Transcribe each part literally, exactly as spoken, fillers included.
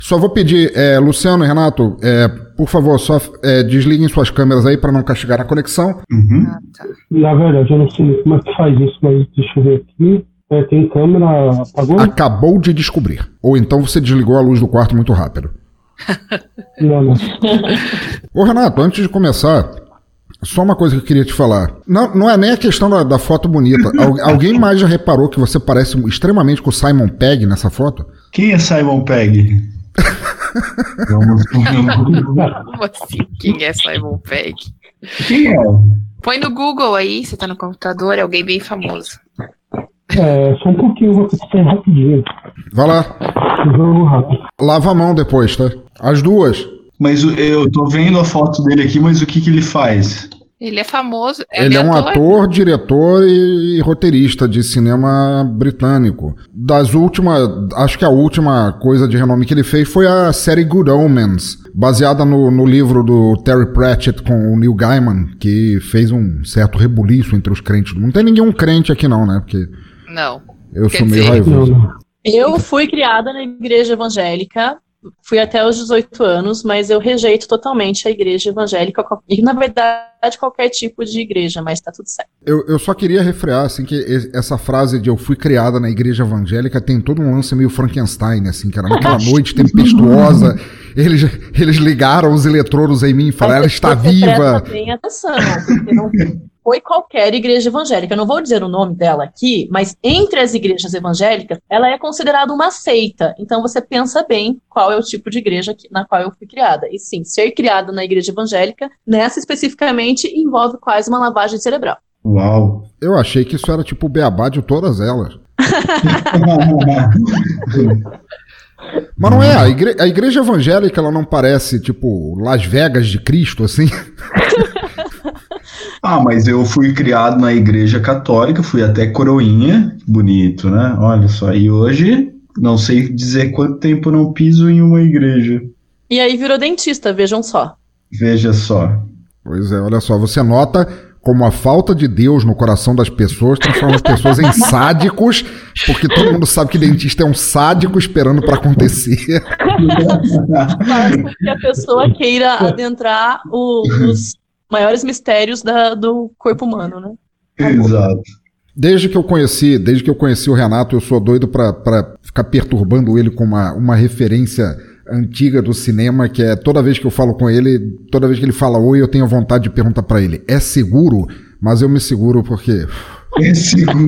Só vou pedir, é, Luciano e Renato, é, por favor, só é, desliguem suas câmeras aí para não castigar a conexão. Uhum. Ah, tá. Na verdade, eu não sei como é que faz isso, mas deixa eu ver aqui. É, tem câmera, apagou? Acabou de descobrir. Ou então você desligou a luz do quarto muito rápido. Não, não. Ô Renato, antes de começar, só uma coisa que eu queria te falar. Não, não é nem a questão da, da foto bonita. Al, alguém mais já reparou que você parece extremamente com o Simon Pegg nessa foto? Quem é Simon Pegg? Vamos Como assim? Quem é Simon Pegg? Quem é? Põe no Google aí, você tá no computador, é alguém bem famoso. É, só um pouquinho, vou acontecer rapidinho. Vai lá. Vamos rápido. Lava a mão depois, tá? As duas. Mas o- eu tô vendo a foto dele aqui, mas o que que ele faz? Ele é famoso. Ele é um ator, diretor e, e roteirista de cinema britânico. Das últimas, acho que a última coisa de renome que ele fez foi a série Good Omens, baseada no, no livro do Terry Pratchett com o Neil Gaiman, que fez um certo rebuliço entre os crentes. Não tem ninguém um crente aqui não, né? Porque Não. eu Quer sou meio dizer- raivoso. Não, não. Eu fui criada na igreja evangélica, fui até os dezoito anos, mas eu rejeito totalmente a igreja evangélica, e na verdade qualquer tipo de igreja, mas tá tudo certo. Eu, eu só queria refrear, assim, que e- essa frase de eu fui criada na igreja evangélica tem todo um lance meio Frankenstein, assim, que era naquela noite tempestuosa, eles, eles ligaram os eletrodos em mim e falaram, ela Mas está você viva. presta bem atenção, porque não foi qualquer igreja evangélica. Eu não vou dizer o nome dela aqui, mas entre as igrejas evangélicas, ela é considerada uma seita. Então você pensa bem qual é o tipo de igreja que- na qual eu fui criada. E sim, ser criada na igreja evangélica, nessa especificamente, envolve quase uma lavagem cerebral. Uau. Eu achei que isso era tipo o beabá de todas elas. Mas não é, a, igre- a igreja evangélica ela não parece tipo Las Vegas de Cristo, assim? Ah, mas eu fui criado na igreja católica, fui até coroinha, bonito, né? Olha só, e hoje não sei dizer quanto tempo eu não piso em uma igreja. E aí virou dentista, vejam só. Veja só. Pois é, olha só, você nota como a falta de Deus no coração das pessoas transforma as pessoas em sádicos, porque todo mundo sabe que dentista é um sádico esperando pra acontecer. Faz que a pessoa queira adentrar o- os maiores mistérios da- do corpo humano, né? Exato. Desde que eu conheci, desde que eu conheci o Renato, eu sou doido pra, pra ficar perturbando ele com uma, uma referência antiga do cinema, que é toda vez que eu falo com ele, toda vez que ele fala oi, eu tenho vontade de perguntar pra ele, é seguro? Mas eu me seguro porque... É seguro?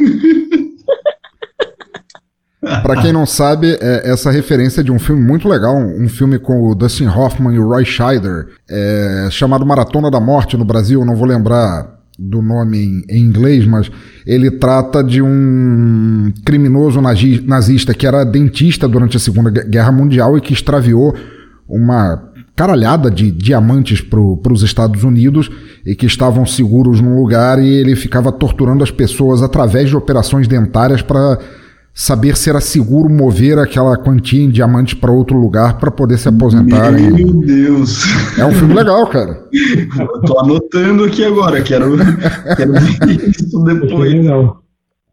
Pra quem não sabe, é, essa referência é de um filme muito legal, um, um filme com o Dustin Hoffman e o Roy Scheider, é, chamado Maratona da Morte no Brasil, eu não vou lembrar do nome em, em inglês, mas ele trata de um criminoso nazi- nazista que era dentista durante a Segunda Guerra Mundial e que extraviou uma caralhada de diamantes para os Estados Unidos e que estavam seguros num lugar e ele ficava torturando as pessoas através de operações dentárias para saber se era seguro mover aquela quantia em diamantes para outro lugar para poder se aposentar. Meu Deus. É um filme legal, cara. Eu tô anotando aqui agora, quero, quero ver isso Achei depois. legal.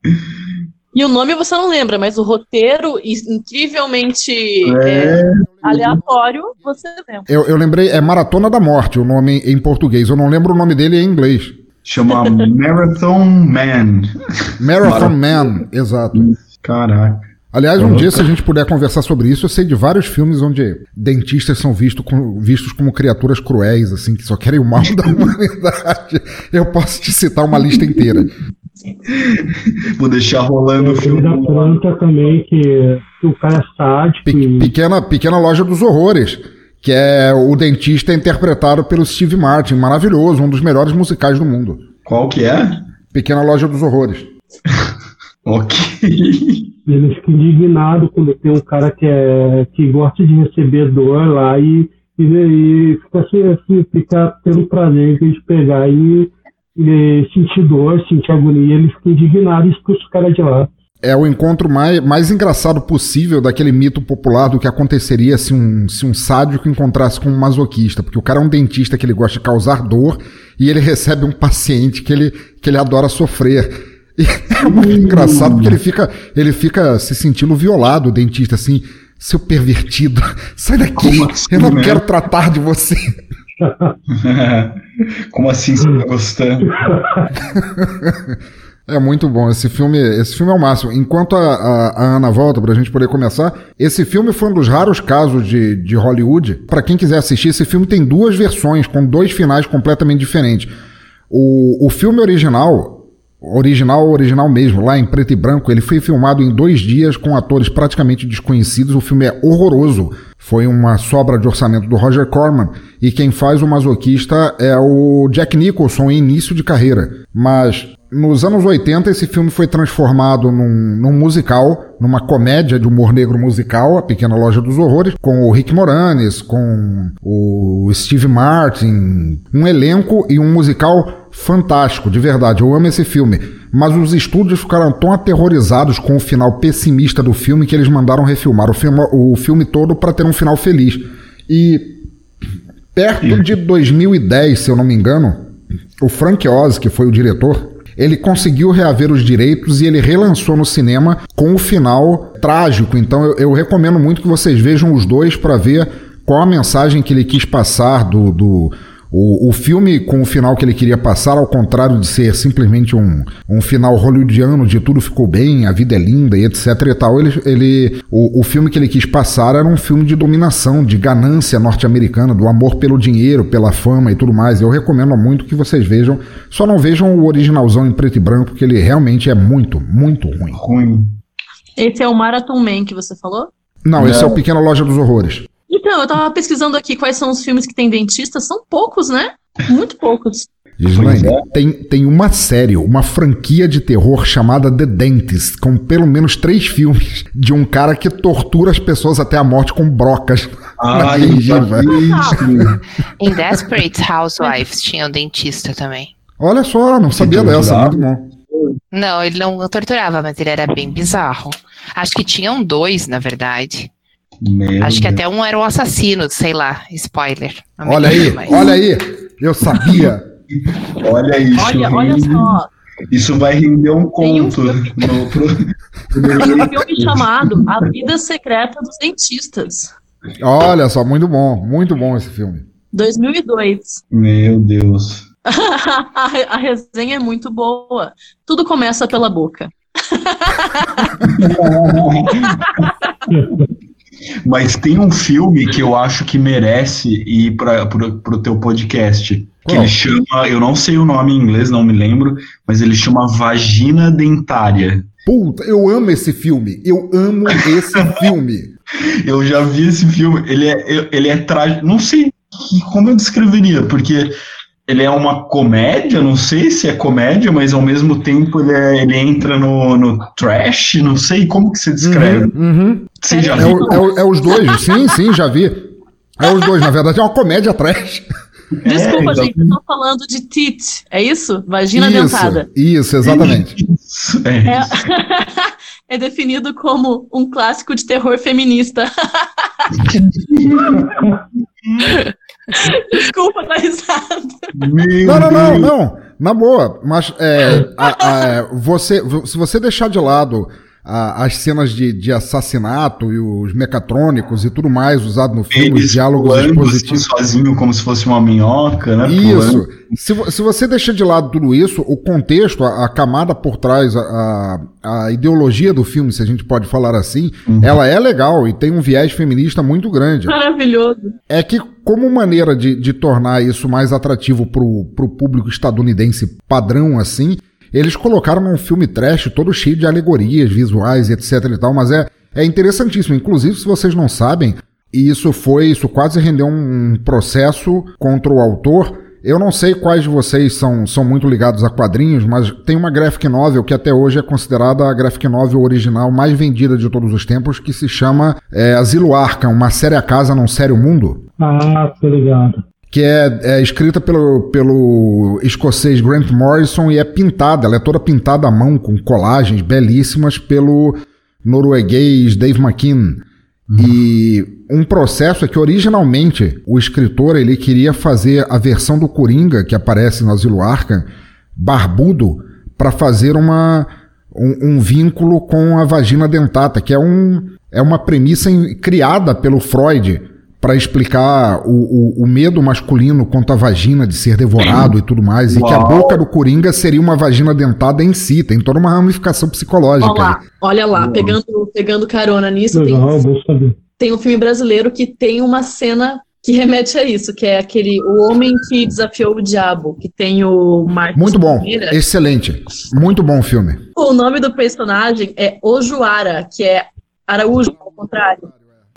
E o nome você não lembra, mas o roteiro, incrivelmente É. é, aleatório, você lembra. Eu, eu lembrei, é Maratona da Morte, o nome em português. Eu não lembro o nome dele em inglês. Chama Marathon Man. Marathon Man, exato. Caraca. Aliás, um dia, se a gente puder conversar sobre isso, eu sei de vários filmes onde dentistas são visto com- vistos como criaturas cruéis, assim, que só querem o mal da humanidade. Eu posso te citar uma lista inteira. Vou deixar rolando o O filme da filme. planta também, que, que o cara é sádico Pe- e pequena, pequena Loja dos Horrores, que é o dentista interpretado pelo Steve Martin, maravilhoso, um dos melhores musicais do mundo. Qual que é? Pequena Loja dos Horrores. Ok. ele fica indignado quando tem um cara que, é, que gosta de receber dor lá e, e, e fica, assim, assim, fica tendo prazer de pegar e, e sentir dor, sentir agonia, ele fica indignado e expulsa o cara de lá. É o encontro mais, mais engraçado possível daquele mito popular do que aconteceria se um, se um sádico encontrasse com um masoquista. Porque o cara é um dentista que ele gosta de causar dor e ele recebe um paciente que ele, que ele adora sofrer. E é muito engraçado porque ele fica, ele fica se sentindo violado, o dentista, assim. seu pervertido, sai daqui, assim, eu não né? quero tratar de você. Como assim você tá gostando? É muito bom, esse filme, esse filme é o máximo. Enquanto a, a, a Ana volta pra gente poder começar, esse filme foi um dos raros casos de, de Hollywood. Pra quem quiser assistir, esse filme tem duas versões, com dois finais completamente diferentes. O, o filme original, original, original mesmo, lá em preto e branco, ele foi filmado em dois dias com atores praticamente desconhecidos. O filme é horroroso. Foi uma sobra de orçamento do Roger Corman. E quem faz o masoquista é o Jack Nicholson em início de carreira. Mas nos anos oitenta, esse filme foi transformado num, num musical, numa comédia de humor negro musical, A Pequena Loja dos Horrores, com o Rick Moranis, com o Steve Martin, um elenco e um musical fantástico, de verdade, eu amo esse filme. Mas os estúdios ficaram tão aterrorizados com o final pessimista do filme que eles mandaram refilmar o filme, o filme todo para ter um final feliz. E perto de dois mil e dez, se eu não me engano, o Frank Oz, que foi o diretor, ele conseguiu reaver os direitos e ele relançou no cinema com o final trágico. Então eu, eu recomendo muito que vocês vejam os dois para ver qual a mensagem que ele quis passar do... do O, o filme com o final que ele queria passar, ao contrário de ser simplesmente um, um final hollywoodiano de tudo ficou bem, a vida é linda e etc e tal, ele, ele, o, o filme que ele quis passar era um filme de dominação, de ganância norte-americana, do amor pelo dinheiro, pela fama e tudo mais. Eu recomendo muito que vocês vejam, só não vejam o originalzão em preto e branco, porque ele realmente é muito, muito ruim. Ruim. Esse é o Marathon Man que você falou? Não, Não. esse é o Pequena Loja dos Horrores. Então, eu tava pesquisando aqui quais são os filmes que tem dentista, são poucos, né? Muito poucos. Gislaine, Pois é. tem, tem uma série, uma franquia de terror chamada The Dentist, com pelo menos três filmes de um cara que tortura as pessoas até a morte com brocas na Ai, gengiva. isso. Em Desperate Housewives tinha um dentista também. Olha só, não sabia dessa, torturava? muito bom. Não, ele não torturava, mas ele era bem bizarro. Acho que tinham dois, na verdade. Meu Acho que Deus. até um era um assassino, sei lá, spoiler. Não me Olha lembro aí, mais. olha aí, eu sabia. Olha isso. Olha, olha rende- só, Isso vai render um Tem um conto. No, pro, tem um filme chamado A Vida Secreta dos Dentistas, Olha só, muito bom, muito bom esse filme. dois mil e dois. Meu Deus. a, a resenha é muito boa. Tudo começa pela boca. Mas tem um filme que eu acho que merece ir para o teu podcast. Que Qual? ele chama, eu não sei o nome em inglês, não me lembro, mas ele chama Vagina Dentária. Puta, eu amo esse filme, eu amo esse filme. Eu já vi esse filme, ele é, ele é trágico, não sei que- como eu descreveria, porque ele é uma comédia, não sei se é comédia, mas ao mesmo tempo ele, é- ele entra no, no trash, não sei como que você descreve. Uhum, uhum. Você já É, viu? o- é o- é os dois, sim, sim, já vi. É os dois, na verdade é uma comédia trash. Desculpa, É, gente, eu tô falando de tit, é isso? Vagina Isso, dentada. isso, exatamente. Isso, é É, isso. é definido como um clássico de terror feminista. Desculpa, tá risada. Meu Não, não, não, Deus. não. Na boa, mas é, a- a- você, se você deixar de lado a- as cenas de, de assassinato e os mecatrônicos e tudo mais usado no filme, os Eles diálogos pulando assim, expositivos. sozinho como se fosse uma minhoca, né? Isso. Pulando. Se, vo- se você deixa de lado tudo isso, o contexto, a, a camada por trás, a, a, a ideologia do filme, se a gente pode falar assim, Uhum. ela é legal e tem um viés feminista muito grande. Maravilhoso. É que, como maneira de, de tornar isso mais atrativo pro, pro público estadunidense padrão assim, eles colocaram num filme trash todo cheio de alegorias visuais, etc e tal, mas é, é interessantíssimo. Inclusive, se vocês não sabem, isso foi, isso quase rendeu um processo contra o autor. Eu não sei quais de vocês são, são muito ligados a quadrinhos, mas tem uma graphic novel que até hoje é considerada a graphic novel original mais vendida de todos os tempos, que se chama é, Asilo Arkham, uma séria casa num sério mundo, Ah, tô ligado. que é, é escrita pelo, pelo escocês Grant Morrison e é pintada, ela é toda pintada à mão, com colagens belíssimas pelo norueguês Dave McKean. E um processo é que originalmente o escritor ele queria fazer a versão do Coringa que aparece no Asilo Arkham barbudo para fazer uma, um, um vínculo com a vagina dentata, que é, um, é uma premissa em, criada pelo Freud para explicar o, o, o medo masculino contra a vagina de ser devorado e tudo mais, e Uau. que a boca do Coringa seria uma vagina dentada em si, tem toda uma ramificação psicológica. Olha lá, olha lá pegando, pegando carona nisso, Legal, tem, tem um filme brasileiro que tem uma cena que remete a isso, que é aquele O Homem que Desafiou o Diabo, que tem o Marcos Muito bom, Pereira. Excelente, muito bom filme. O nome do personagem é Ojuara, que é Araújo, ao contrário.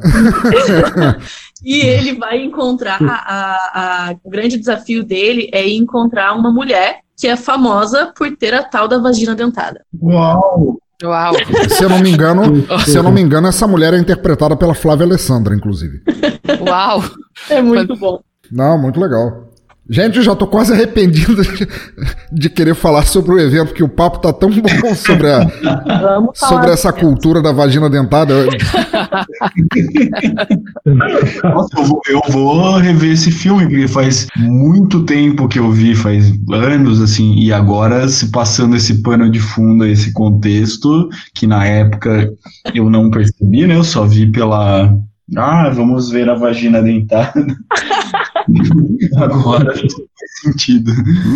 E ele vai encontrar a, a, o grande desafio dele é encontrar uma mulher que é famosa por ter a tal da vagina dentada. Uau! Uau! Se eu não me engano, se eu não me engano, essa mulher é interpretada pela Flávia Alessandra, inclusive. Uau! É muito bom. Não, muito legal. Gente, já tô quase arrependido de, de querer falar sobre o evento, porque o papo tá tão bom sobre, a, sobre essa cultura da vagina dentada. Nossa, eu vou, eu vou rever esse filme, porque faz muito tempo que eu vi, faz anos, assim, e agora se passando esse pano de fundo, esse contexto, que na época eu não percebi, né? Eu só vi pela... Ah, vamos ver a vagina dentada. Agora faz sentido.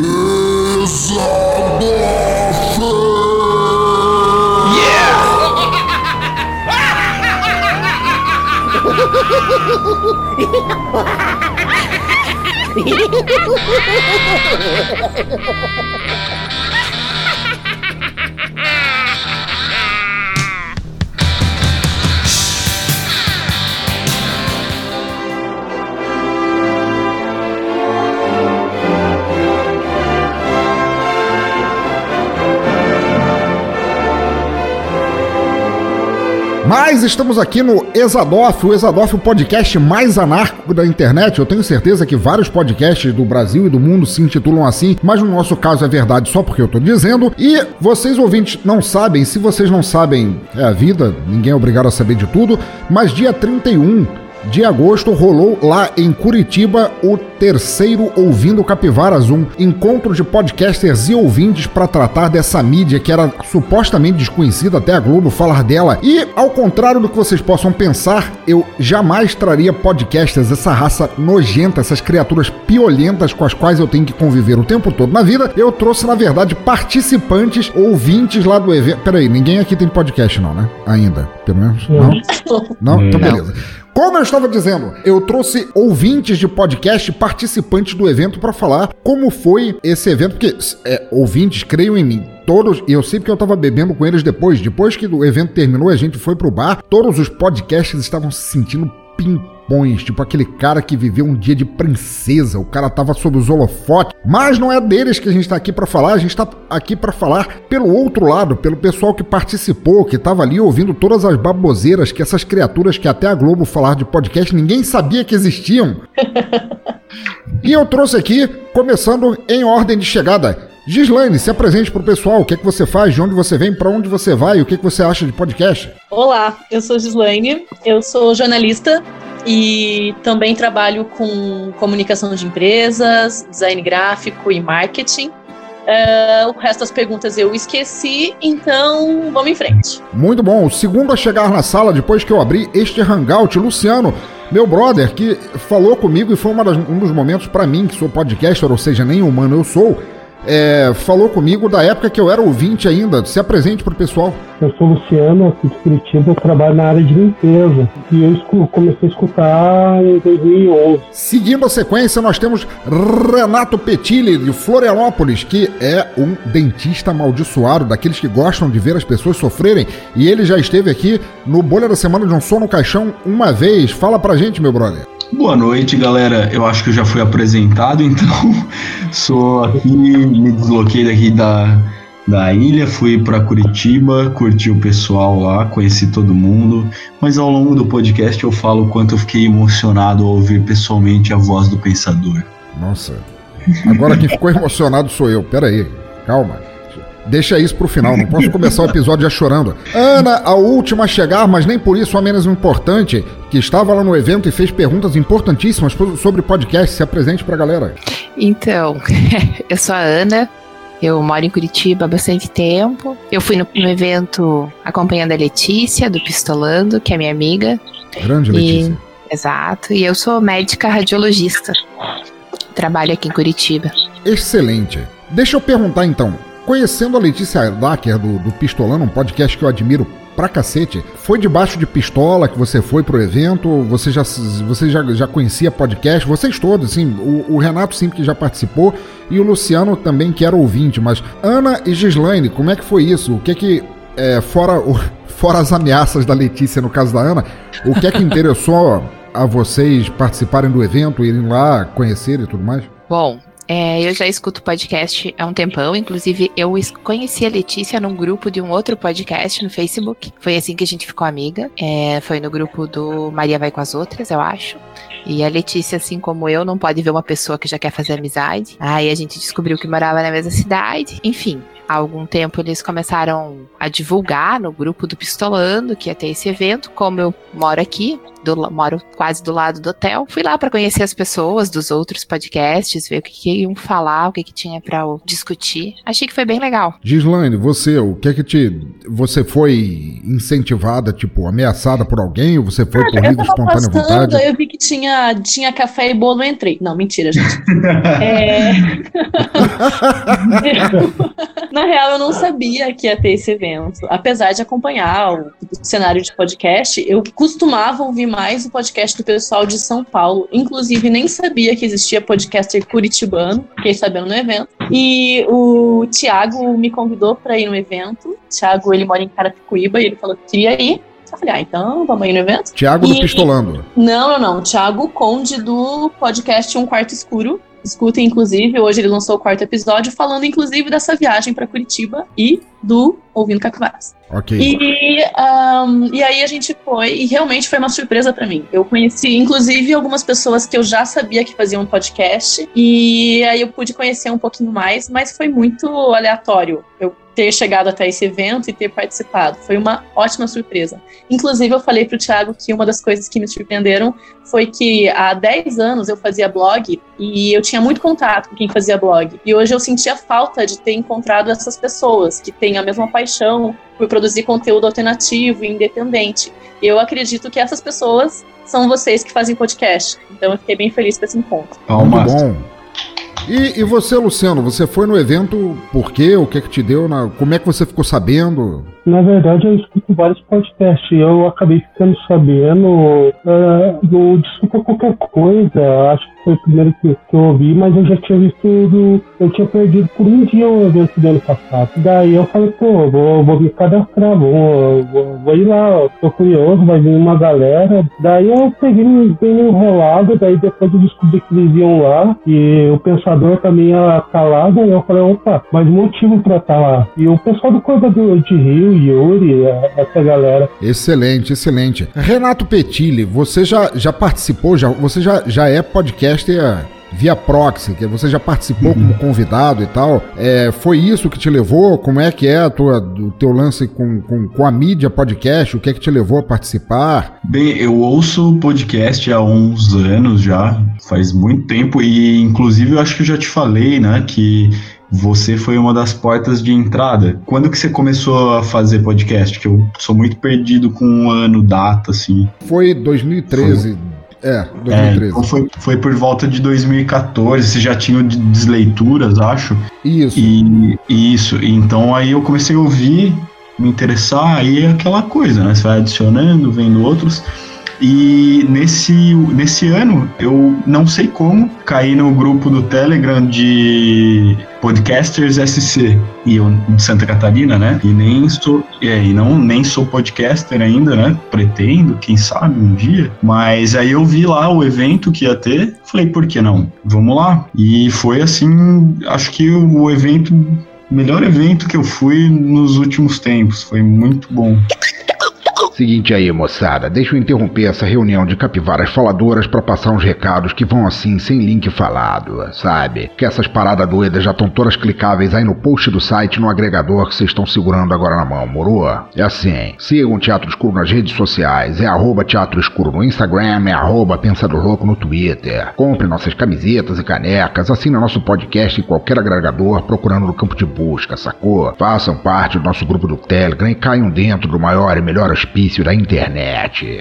Mas estamos aqui no Exadoff, o Exadoff, o podcast mais anárquico da internet. Eu tenho certeza que vários podcasts do Brasil e do mundo se intitulam assim, mas no nosso caso é verdade só porque eu tô dizendo. E vocês ouvintes não sabem, se vocês não sabem, é a vida, ninguém é obrigado a saber de tudo, mas dia trinta e um de agosto rolou lá em Curitiba o terceiro Ouvindo Capivaras, um encontro de podcasters e ouvintes para tratar dessa mídia que era supostamente desconhecida, até a Globo falar dela. E, ao contrário do que vocês possam pensar, eu jamais traria podcasters, essa raça nojenta, essas criaturas piolentas com as quais eu tenho que conviver o tempo todo na vida. Eu trouxe, na verdade, participantes, ouvintes lá do evento. Peraí, ninguém aqui tem podcast não, né? Ainda, pelo menos. Não? Não? Então beleza. Como eu estava dizendo, eu trouxe ouvintes de podcast, participantes do evento para falar como foi esse evento, porque é, ouvintes, creiam em mim, todos, e eu sei porque eu estava bebendo com eles depois, depois que o evento terminou, a gente foi pro bar, todos os podcasts estavam se sentindo pimpões, tipo aquele cara que viveu um dia de princesa, o cara tava sob os holofotes, mas não é deles que a gente tá aqui pra falar, a gente tá aqui pra falar pelo outro lado, pelo pessoal que participou, que tava ali ouvindo todas as baboseiras que essas criaturas que até a Globo falar de podcast, ninguém sabia que existiam. E eu trouxe aqui, começando em ordem de chegada, Gislaine, se apresente pro pessoal, o que é que você faz, de onde você vem, pra onde você vai, o que é que você acha de podcast? Olá, eu sou Gislaine, eu sou jornalista e também trabalho com comunicação de empresas, design gráfico e marketing. Uh, o resto das perguntas eu esqueci, então vamos em frente. Muito bom, o segundo a chegar na sala depois que eu abri este hangout, Luciano, meu brother, que falou comigo e foi uma das, um dos momentos pra mim, que sou podcaster, ou seja, nem humano eu sou, É, falou comigo da época que eu era ouvinte ainda. Se apresente pro pessoal. Eu sou Luciano, aqui de Curitiba, eu trabalho na área de limpeza e eu escu- comecei a escutar em dois mil e onze. Seguindo a sequência, nós temos Renato Petilli, de Florianópolis, que é um dentista amaldiçoado, daqueles que gostam de ver as pessoas sofrerem, e ele já esteve aqui no Bolha da Semana de Um Som no Caixão uma vez. Fala pra gente, meu brother. Boa noite, galera. Eu acho que eu já fui apresentado, então sou aqui, me desloquei daqui da, da ilha, fui para Curitiba, curti o pessoal lá, conheci todo mundo, mas ao longo do podcast eu falo o quanto eu fiquei emocionado ao ouvir pessoalmente a voz do pensador. Nossa, agora quem ficou emocionado sou eu. Pera aí, calma. Deixa isso pro final, não posso começar o episódio já chorando. Ana, a última a chegar, mas nem por isso a menos importante, que estava lá no evento e fez perguntas importantíssimas sobre podcast. Se apresente pra galera. Então, eu sou a Ana, Eu moro em Curitiba há bastante tempo. Eu fui no, no evento acompanhando a Letícia, do Pistolando, que é minha amiga. Grande Letícia. E, exato. E eu sou médica radiologista. Trabalho aqui em Curitiba. Excelente. Deixa eu perguntar então. Conhecendo a Letícia Dacker do, do Pistolando, um podcast que eu admiro pra cacete, foi debaixo de pistola que você foi pro evento? Você já, você já, já conhecia podcast? Vocês todos, assim, o, o Renato sim que já participou e o Luciano também que era ouvinte, mas Ana e Gislaine, como é que foi isso? O que é que, é, fora, o, fora as ameaças da Letícia no caso da Ana, o que é que interessou a vocês participarem do evento, irem lá, conhecer e tudo mais? Bom, É, eu já escuto podcast há um tempão, inclusive eu conheci a Letícia num grupo de um outro podcast no Facebook, foi assim que a gente ficou amiga, é, foi no grupo do Maria Vai com as Outras, eu acho, e a Letícia, assim como eu, não pode ver uma pessoa que já quer fazer amizade, aí a gente descobriu que morava na mesma cidade, enfim. Há algum tempo eles começaram a divulgar no grupo do Pistolando que ia ter esse evento. Como eu moro aqui, do, moro quase do lado do hotel, fui lá para conhecer as pessoas dos outros podcasts, ver o que, que iam falar, o que, que tinha para discutir. Achei que foi bem legal. Gislaine, você, o que é que te... Você foi incentivada, tipo, ameaçada por alguém? Ou você foi por livre espontânea vontade? Eu vi que tinha, tinha café e bolo, eu entrei. Não, mentira, gente. é... Na real, eu não sabia que ia ter esse evento. Apesar de acompanhar o, o cenário de podcast, eu costumava ouvir mais o podcast do pessoal de São Paulo. Inclusive, nem sabia que existia podcaster curitibano. Fiquei sabendo no evento. E o Thiago me convidou para ir no evento. O Thiago, ele mora em Carapicuíba e ele falou que queria ir. Eu falei, ah, então vamos aí no evento. Thiago e... do Pistolando. Não, não, não. Thiago Conde do podcast Um Quarto Escuro. Escutem, inclusive, hoje ele lançou o quarto episódio, falando, inclusive, dessa viagem para Curitiba e do Ouvindo Capivaras. Ok. E, um, e aí a gente foi, e realmente foi uma surpresa para mim. Eu conheci, inclusive, algumas pessoas que eu já sabia que faziam um podcast, e aí eu pude conhecer um pouquinho mais, mas foi muito aleatório eu ter chegado até esse evento e ter participado. Foi uma ótima surpresa. Inclusive, eu falei pro Thiago que uma das coisas que me surpreenderam foi que há dez anos eu fazia blog e eu tinha muito contato com quem fazia blog. E hoje eu sentia falta de ter encontrado essas pessoas que têm a mesma paixão por produzir conteúdo alternativo e independente. E eu acredito que essas pessoas são vocês que fazem podcast. Então eu fiquei bem feliz com esse encontro. Muito bom. E, e você, Luciano, você foi no evento por quê? O que é que te deu? Na... Como é que você ficou sabendo? Na verdade, eu escuto vários podcasts. Eu acabei ficando sabendo uh, do Desculpa Qualquer Coisa. Acho que foi o primeiro que, que eu ouvi, mas eu já tinha visto do... Eu tinha perdido por um dia o evento do ano passado. Daí eu falei, pô, vou, vou me cadastrar, vou, vou, vou ir lá, eu tô curioso, vai vir uma galera. Daí eu peguei bem enrolado, daí depois eu descobri que eles iam lá, e o pensador também ia estar lá, daí eu falei, opa, mais motivo pra estar lá. E o pessoal do Corva do, de Rio, Yuri, essa galera. Excelente, excelente. Renato Petilli, você já, já participou, já, você já, já é podcaster via proxy, que você já participou uhum. como convidado e tal. É, foi isso que te levou? Como é que é a tua, o teu lance com, com, com a mídia podcast? O que é que te levou a participar? Bem, eu ouço podcast há uns anos já, faz muito tempo, e inclusive eu acho que eu já te falei, né, que você foi uma das portas de entrada. Quando que você começou a fazer podcast? Que eu sou muito perdido com um ano, data, assim. Foi dois mil e treze. Foi. É, dois mil e treze. É, então foi, foi por volta de dois mil e catorze, você já tinha desleituras, acho. Isso. E, isso, então aí eu comecei a ouvir, me interessar, aí é aquela coisa, né? Você vai adicionando, vendo outros. E nesse, nesse ano, eu não sei como, caí no grupo do Telegram de Podcasters S C, e eu de Santa Catarina, né? E nem sou, é, e não, nem sou podcaster ainda, né? Pretendo, quem sabe, um dia. Mas aí eu vi lá o evento que ia ter, falei, por que não? Vamos lá. E foi assim, acho que o evento, melhor evento que eu fui nos últimos tempos, foi muito bom. Seguinte aí, moçada, deixa eu interromper essa reunião de capivaras faladoras pra passar uns recados que vão assim, sem link falado, sabe? Que essas paradas doidas já estão todas clicáveis aí no post do site, no agregador que vocês estão segurando agora na mão, moro? É assim, sigam o Teatro Escuro nas redes sociais, é arroba Teatro Escuro no Instagram, é arroba Pensador Louco no Twitter. Compre nossas camisetas e canecas, assine nosso podcast em qualquer agregador procurando no campo de busca, sacou? Façam parte do nosso grupo do Telegram e caiam dentro do maior e melhor hospício da internet.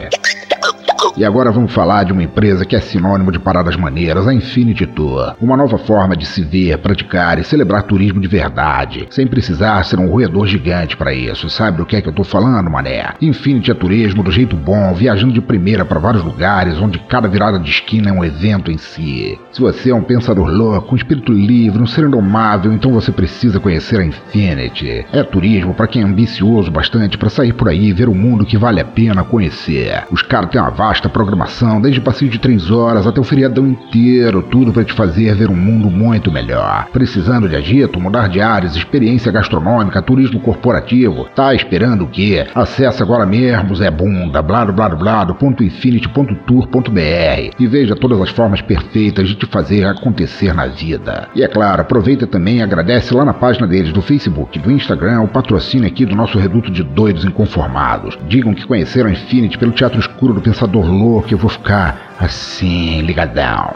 E agora vamos falar de uma empresa que é sinônimo de paradas maneiras, a Infinity Tour. Uma nova forma de se ver, praticar e celebrar turismo de verdade, sem precisar ser um roedor gigante para isso. Sabe do que é que eu tô falando, mané? Infinity é turismo do jeito bom, viajando de primeira para vários lugares, onde cada virada de esquina é um evento em si. Se você é um pensador louco, um espírito livre, um ser indomável, então você precisa conhecer a Infinity. É turismo para quem é ambicioso bastante para sair por aí e ver o mundo que vale a pena conhecer. Os caras têm uma vasta programação, desde passeio de três horas até o feriadão inteiro, tudo para te fazer ver um mundo muito melhor. Precisando de agito, mudar de áreas, experiência gastronômica, turismo corporativo, tá esperando o quê? Acesse agora mesmo Zé Bunda, blado blado blado ponto infinity ponto tour ponto br e veja todas as formas perfeitas de te fazer acontecer na vida. E é claro, aproveita também e agradece lá na página deles do Facebook, do Instagram, o patrocínio aqui do nosso reduto de doidos inconformados. Digam que conheceram a Infinity pelo Teatro Escuro do Pensador Louco, eu vou ficar assim, ligadão.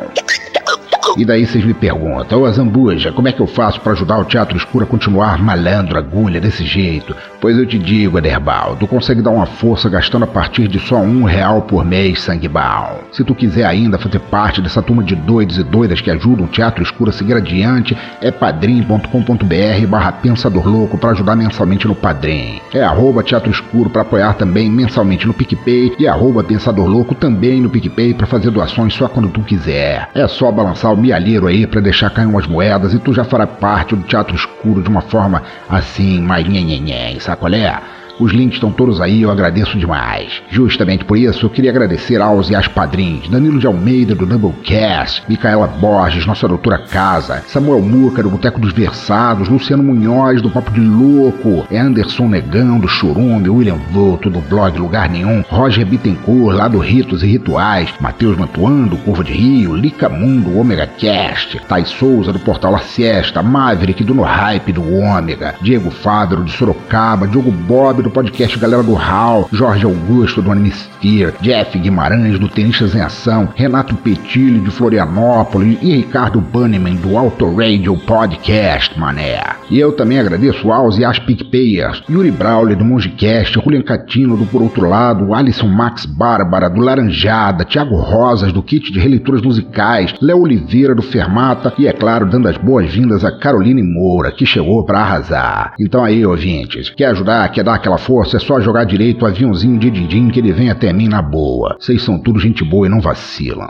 E daí vocês me perguntam, ô Zambuja, como é que eu faço pra ajudar o Teatro Escuro a continuar malandro, agulha, desse jeito? Pois eu te digo, Ederbal, tu consegue dar uma força gastando a partir de só um real por mês, sanguebal. Se tu quiser ainda fazer parte dessa turma de doidos e doidas que ajudam o Teatro Escuro a seguir adiante, é padrim ponto com ponto br barra Pensador Louco pra ajudar mensalmente no Padrim. É arroba Teatro Escuro pra apoiar também mensalmente no PicPay e arroba Pensador Louco também no PicPay pra fazer doações só quando tu quiser. É só balançar o mialheiro aí pra deixar cair umas moedas e tu já fará parte do Teatro Escuro de uma forma assim, mais nhenhenhen, sacolé? Os links estão todos aí, eu agradeço demais. Justamente por isso, eu queria agradecer aos e às padrinhos, Danilo de Almeida, do Doublecast, Micaela Borges, nossa doutora Casa, Samuel Muca, do Boteco dos Versados, Luciano Munhoz, do Papo de Louco, Anderson Negão, do Churume, William Volto, do blog Lugar Nenhum, Roger Bittencourt, lá do Ritos e Rituais, Matheus Mantuan, do Curva de Rio, Lica Mundo, Omega Cast, Thais Souza, do Portal La Siesta, Maverick, do No Hype, do Ômega, Diego Fávero, de Sorocaba, Diogo Bob, do podcast Galera do Hall, Jorge Augusto, do Anime Sphere, Jeff Guimarães, do Tenistas em Ação, Renato Petilli, de Florianópolis e Ricardo Bannerman, do Auto Radio Podcast, mané. E eu também agradeço aos e às PicPayers, Yuri Brawley, do Mongecast, Julian Catino, do Por Outro Lado, Alisson Max Bárbara, do Laranjada, Thiago Rosas, do Kit de Releituras Musicais, Léo Oliveira, do Fermata e, é claro, dando as boas-vindas a Caroline Moura, que chegou pra arrasar. Então aí, ouvintes, quer ajudar, quer dar aquela força, é só jogar direito o aviãozinho de din-din que ele vem até mim na boa. Vocês são tudo gente boa e não vacilam.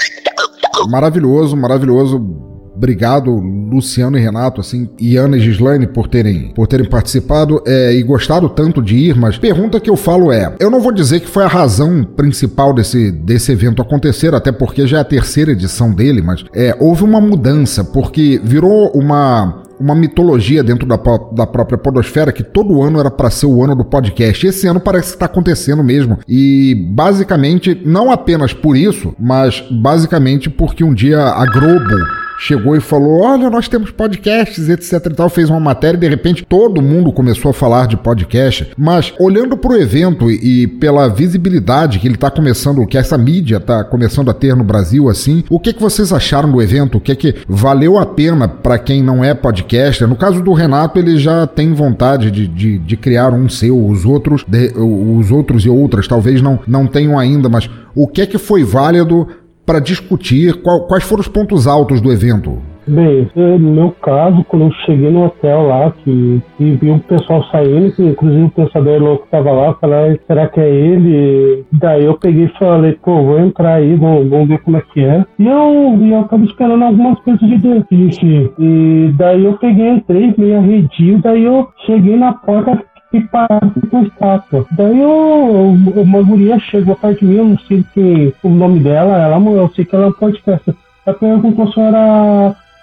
Maravilhoso, maravilhoso. Obrigado, Luciano e Renato, assim, e Ana e Gislaine por terem, por terem participado é, e gostado tanto de ir, mas pergunta que eu falo é, eu não vou dizer que foi a razão principal desse, desse evento acontecer, até porque já é a terceira edição dele, mas é, houve uma mudança, porque virou uma... uma mitologia dentro da, da própria podosfera que todo ano era para ser o ano do podcast. Esse ano parece que está acontecendo mesmo. E basicamente, não apenas por isso, mas basicamente porque um dia a Globo chegou e falou, olha, nós temos podcasts, etc e tal, fez uma matéria e de repente todo mundo começou a falar de podcast, mas olhando para o evento e pela visibilidade que ele está começando, que essa mídia está começando a ter no Brasil, assim, o que que vocês acharam do evento? O que que valeu a pena para quem não é podcaster? No caso do Renato, ele já tem vontade de, de, de criar um seu, os outros, de, os outros e outras talvez não, não tenham ainda, mas o que é que foi válido para discutir, qual, quais foram os pontos altos do evento? Bem, no meu caso, quando eu cheguei no hotel lá que, e vi o pessoal saindo, que inclusive o pensador louco estava lá, falei, será que é ele? Daí eu peguei e falei, pô, vou entrar aí, vamos, vamos ver como é que é. E eu, e eu acabo esperando algumas coisas de dentiste. E daí eu peguei, entrei, meio arredio, daí eu cheguei na porta e parado com estátua. Daí eu, uma guria chegou perto de mim, eu não sei que, o nome dela, ela, eu sei que ela é um podcast. Ela perguntou se eu era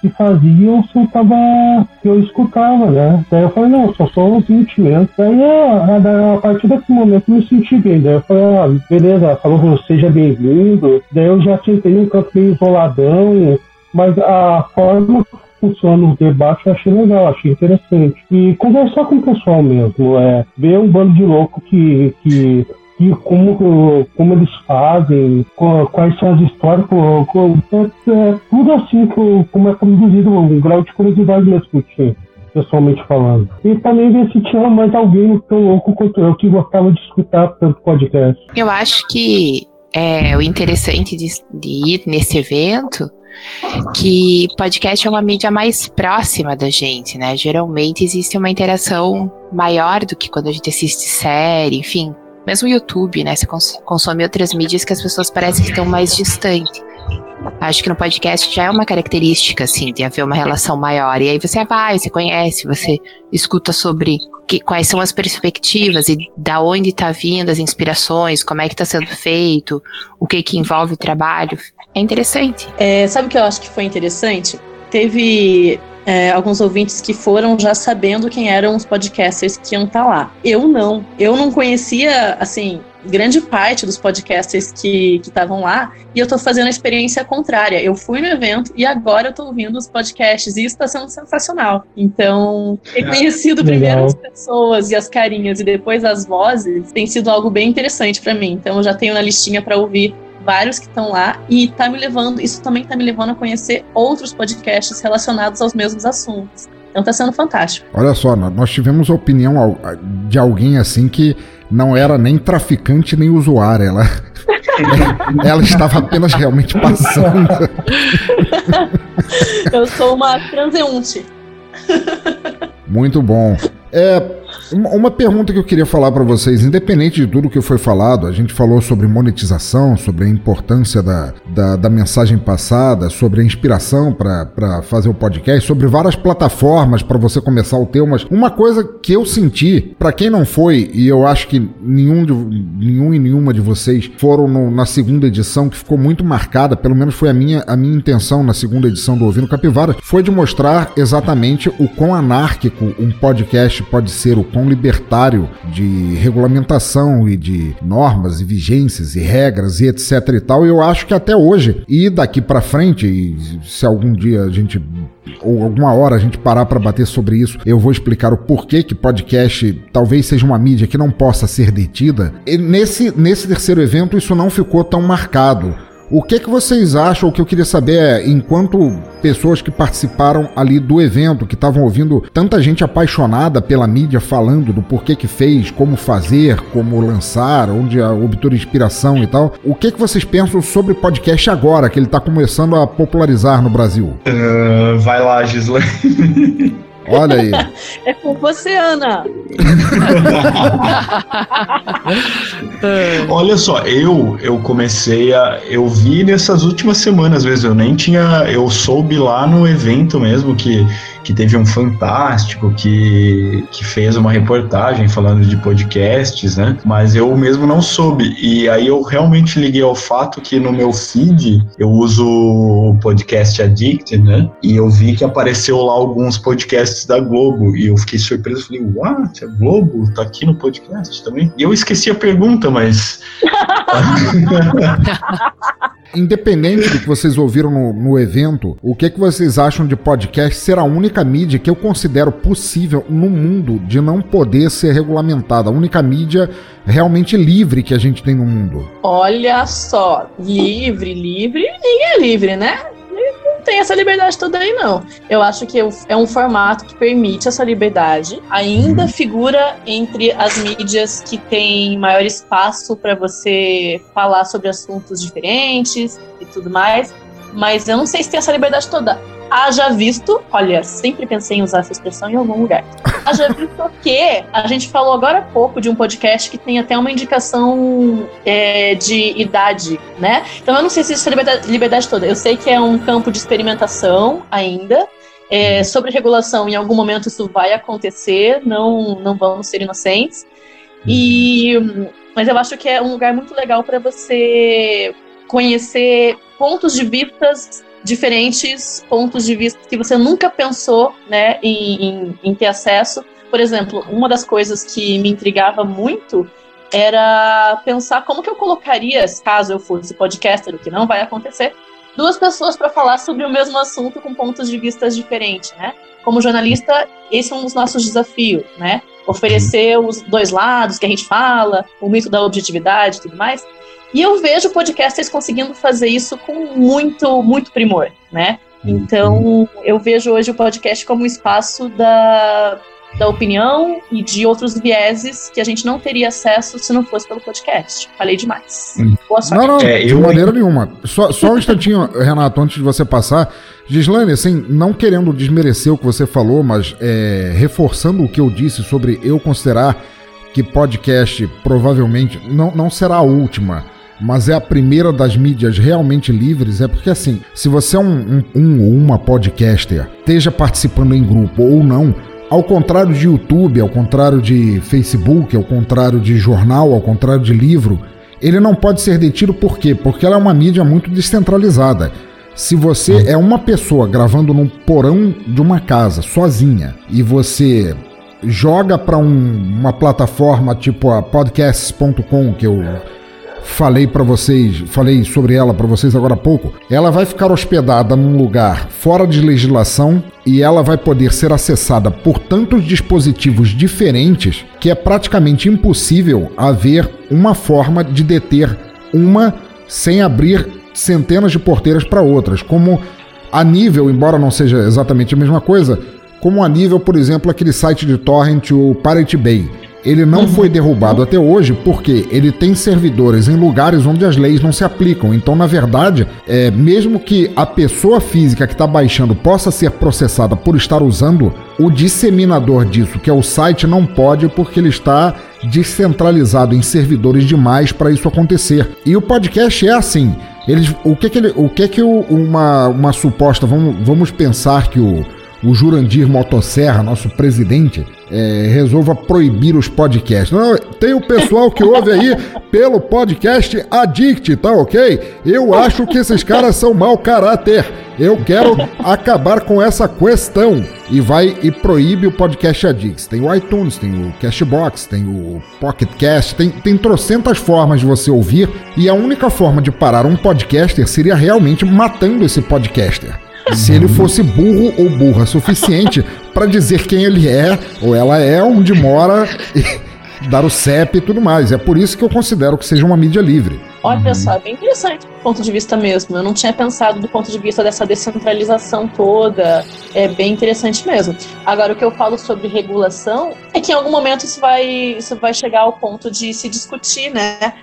que faziam se eu tava, que eu escutava, né? Daí eu falei, não, só são uns vinte mesmo. Daí a, a partir desse momento eu me senti bem. Daí eu falei, ah, beleza, falou, seja bem-vindo. Daí eu já sentei num canto meio isoladão, mas a forma que funciona o debate eu achei legal, achei interessante. E conversar com o pessoal mesmo, é, ver um bando de louco que, que, que como, como eles fazem, quais são as histórias, é, é, tudo assim, como é produzido, um grau de curiosidade mesmo que eu tinha, pessoalmente falando. E também ver se tinha mais alguém tão louco quanto eu, que gostava de escutar tanto podcast. Eu acho que é, o interessante de, de ir nesse evento que podcast é uma mídia mais próxima da gente, né? Geralmente existe uma interação maior do que quando a gente assiste série, enfim, mesmo o YouTube, né? Você cons- consome outras mídias que as pessoas parecem que estão mais distantes. Acho que no podcast já é uma característica, assim, de haver uma relação maior. E aí você vai, você conhece, você escuta sobre que, quais são as perspectivas e da onde está vindo as inspirações, como é que está sendo feito, o que que envolve o trabalho. É interessante. É, sabe o que eu acho que foi interessante? Teve é, alguns ouvintes que foram já sabendo quem eram os podcasters que iam estar lá. Eu não. Eu não conhecia, assim, grande parte dos podcasters que estavam lá, e eu tô fazendo a experiência contrária. Eu fui no evento e agora eu tô ouvindo os podcasts, e isso tá sendo sensacional. Então, ter conhecido primeiro as pessoas e as carinhas e depois as vozes tem sido algo bem interessante pra mim. Então, eu já tenho na listinha pra ouvir vários que estão lá, e tá me levando, isso também tá me levando a conhecer outros podcasts relacionados aos mesmos assuntos. Então tá sendo fantástico. Olha só, nós tivemos a opinião de alguém assim que não era nem traficante nem usuária, ela, ela estava apenas realmente passando. Eu sou uma transeunte. Muito bom. É, uma pergunta que eu queria falar para vocês, independente de tudo que foi falado, a gente falou sobre monetização, sobre a importância da, da, da mensagem passada, sobre a inspiração para fazer o podcast, sobre várias plataformas para você começar o teu, mas uma coisa que eu senti, para quem não foi, e eu acho que nenhum, de, nenhum e nenhuma de vocês foram no, na segunda edição, que ficou muito marcada, pelo menos foi a minha, a minha intenção na segunda edição do Ouvindo Capivara, foi de mostrar exatamente o quão anárquico um podcast pode ser, o quão libertário de regulamentação e de normas e vigências e regras e etc e tal. E eu acho que até hoje, e daqui pra frente, e se algum dia a gente, ou alguma hora a gente parar para bater sobre isso, eu vou explicar o porquê que podcast talvez seja uma mídia que não possa ser detida. E nesse, nesse terceiro evento isso não ficou tão marcado. O que que vocês acham? O que eu queria saber é, enquanto pessoas que participaram ali do evento, que estavam ouvindo tanta gente apaixonada pela mídia falando do porquê que fez, como fazer, como lançar, onde obter inspiração e tal, o que que vocês pensam sobre podcast agora, que ele está começando a popularizar no Brasil? Uh, vai lá, Gislaine. Olha aí. É com você, Ana. Olha só, eu eu comecei a... Eu vi nessas últimas semanas, às vezes, eu nem tinha... Eu soube lá no evento mesmo que, que teve um Fantástico que, que fez uma reportagem falando de podcasts, né? Mas eu mesmo não soube. E aí eu realmente liguei ao fato que no meu feed eu uso o podcast Addict, né? E eu vi que apareceu lá alguns podcasts da Globo, e eu fiquei surpreso, falei, what? A Globo tá aqui no podcast também? E eu esqueci a pergunta, mas... Independente do que vocês ouviram no, no evento, o que, que vocês acham de podcast ser a única mídia que eu considero possível no mundo de não poder ser regulamentada? A única mídia realmente livre que a gente tem no mundo. Olha só, livre, livre, ninguém é livre, né? Não tem essa liberdade toda aí, não. Eu acho que é um formato que permite essa liberdade. Ainda figura entre as mídias que tem maior espaço para você falar sobre assuntos diferentes e tudo mais. Mas eu não sei se tem essa liberdade toda. Haja visto, olha, sempre pensei em usar essa expressão em algum lugar. Haja visto que a gente falou agora há pouco de um podcast que tem até uma indicação é, de idade, né? Então eu não sei se existe essa liberdade, liberdade toda. Eu sei que é um campo de experimentação ainda. É, sobre regulação, em algum momento isso vai acontecer, não, não vamos ser inocentes. E, mas eu acho que é um lugar muito legal para você conhecer pontos de vistas diferentes pontos de vista que você nunca pensou, né, em, em, em ter acesso. Por exemplo, uma das coisas que me intrigava muito era pensar como que eu colocaria, caso eu fosse podcaster, o que não vai acontecer, duas pessoas para falar sobre o mesmo assunto com pontos de vista diferentes, né? Como jornalista, esse é um dos nossos desafios, né? Oferecer os dois lados que a gente fala, o mito da objetividade e tudo mais. E eu vejo podcasters conseguindo fazer isso com muito, muito primor, né? Então, eu vejo hoje o podcast como um espaço da... da opinião e de outros vieses que a gente não teria acesso se não fosse pelo podcast. Falei demais. Hum. Boa sorte. Não, não, é, de eu... maneira nenhuma. Só, só um instantinho, Renato, antes de você passar. Gislaine, assim, não querendo desmerecer o que você falou, mas é, reforçando o que eu disse sobre eu considerar que podcast provavelmente não, não será a última, mas é a primeira das mídias realmente livres, é porque assim, se você é um, um, um ou uma podcaster, esteja participando em grupo ou não, ao contrário de YouTube, ao contrário de Facebook, ao contrário de jornal, ao contrário de livro, ele não pode ser detido por quê? Porque ela é uma mídia muito descentralizada. Se você é uma pessoa gravando num porão de uma casa, sozinha, e você joga para um, uma plataforma tipo a podcasts ponto com, que eu falei para vocês, falei sobre ela para vocês agora há pouco, ela vai ficar hospedada num lugar fora de legislação e ela vai poder ser acessada por tantos dispositivos diferentes que é praticamente impossível haver uma forma de deter uma sem abrir centenas de porteiras para outras, como a nível, embora não seja exatamente a mesma coisa, como a nível, por exemplo, aquele site de torrent, o Pirate Bay. Ele não uhum. foi derrubado até hoje porque ele tem servidores em lugares onde as leis não se aplicam. Então, na verdade, é, mesmo que a pessoa física que está baixando possa ser processada por estar usando, o disseminador disso, que é o site, não pode porque ele está descentralizado em servidores demais para isso acontecer. E o podcast é assim. Eles, o que que, ele, o que, que o, uma, uma suposta... Vamos, vamos pensar que o... o Jurandir Motosserra, nosso presidente, é, resolva proibir os podcasts. Não, tem o pessoal que ouve aí pelo podcast Addict, tá ok? Eu acho que esses caras são mau caráter. Eu quero acabar com essa questão. E vai e proíbe o podcast Addict. Tem o iTunes, tem o Castbox, tem o Pocket Cast, tem, tem trocentas formas de você ouvir. E a única forma de parar um podcaster seria realmente matando esse podcaster. Se ele fosse burro ou burra suficiente para dizer quem ele é ou ela é, onde mora, e dar o C E P e tudo mais. É por isso que eu considero que seja uma mídia livre. Olha só, bem interessante do ponto de vista mesmo. Eu não tinha pensado do ponto de vista dessa descentralização toda. É bem interessante mesmo. Agora, o que eu falo sobre regulação é que em algum momento isso vai, isso vai chegar ao ponto de se discutir, né?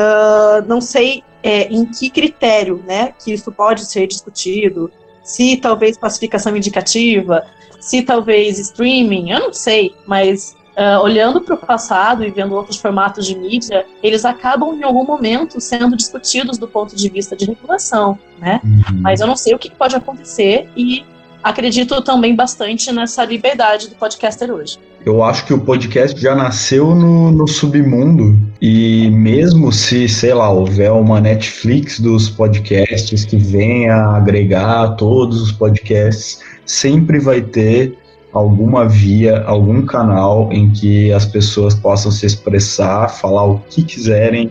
Uh, não sei é, em que critério, né, que isso pode ser discutido. Se talvez classificação indicativa, se talvez streaming, eu não sei, mas uh, olhando para o passado e vendo outros formatos de mídia, eles acabam em algum momento sendo discutidos do ponto de vista de regulação, né? Uhum. Mas eu não sei o que pode acontecer e acredito também bastante nessa liberdade do podcaster hoje. Eu acho que o podcast já nasceu no, no submundo e mesmo se, sei lá, houver uma Netflix dos podcasts que venha agregar todos os podcasts, sempre vai ter alguma via, algum canal em que as pessoas possam se expressar, falar o que quiserem,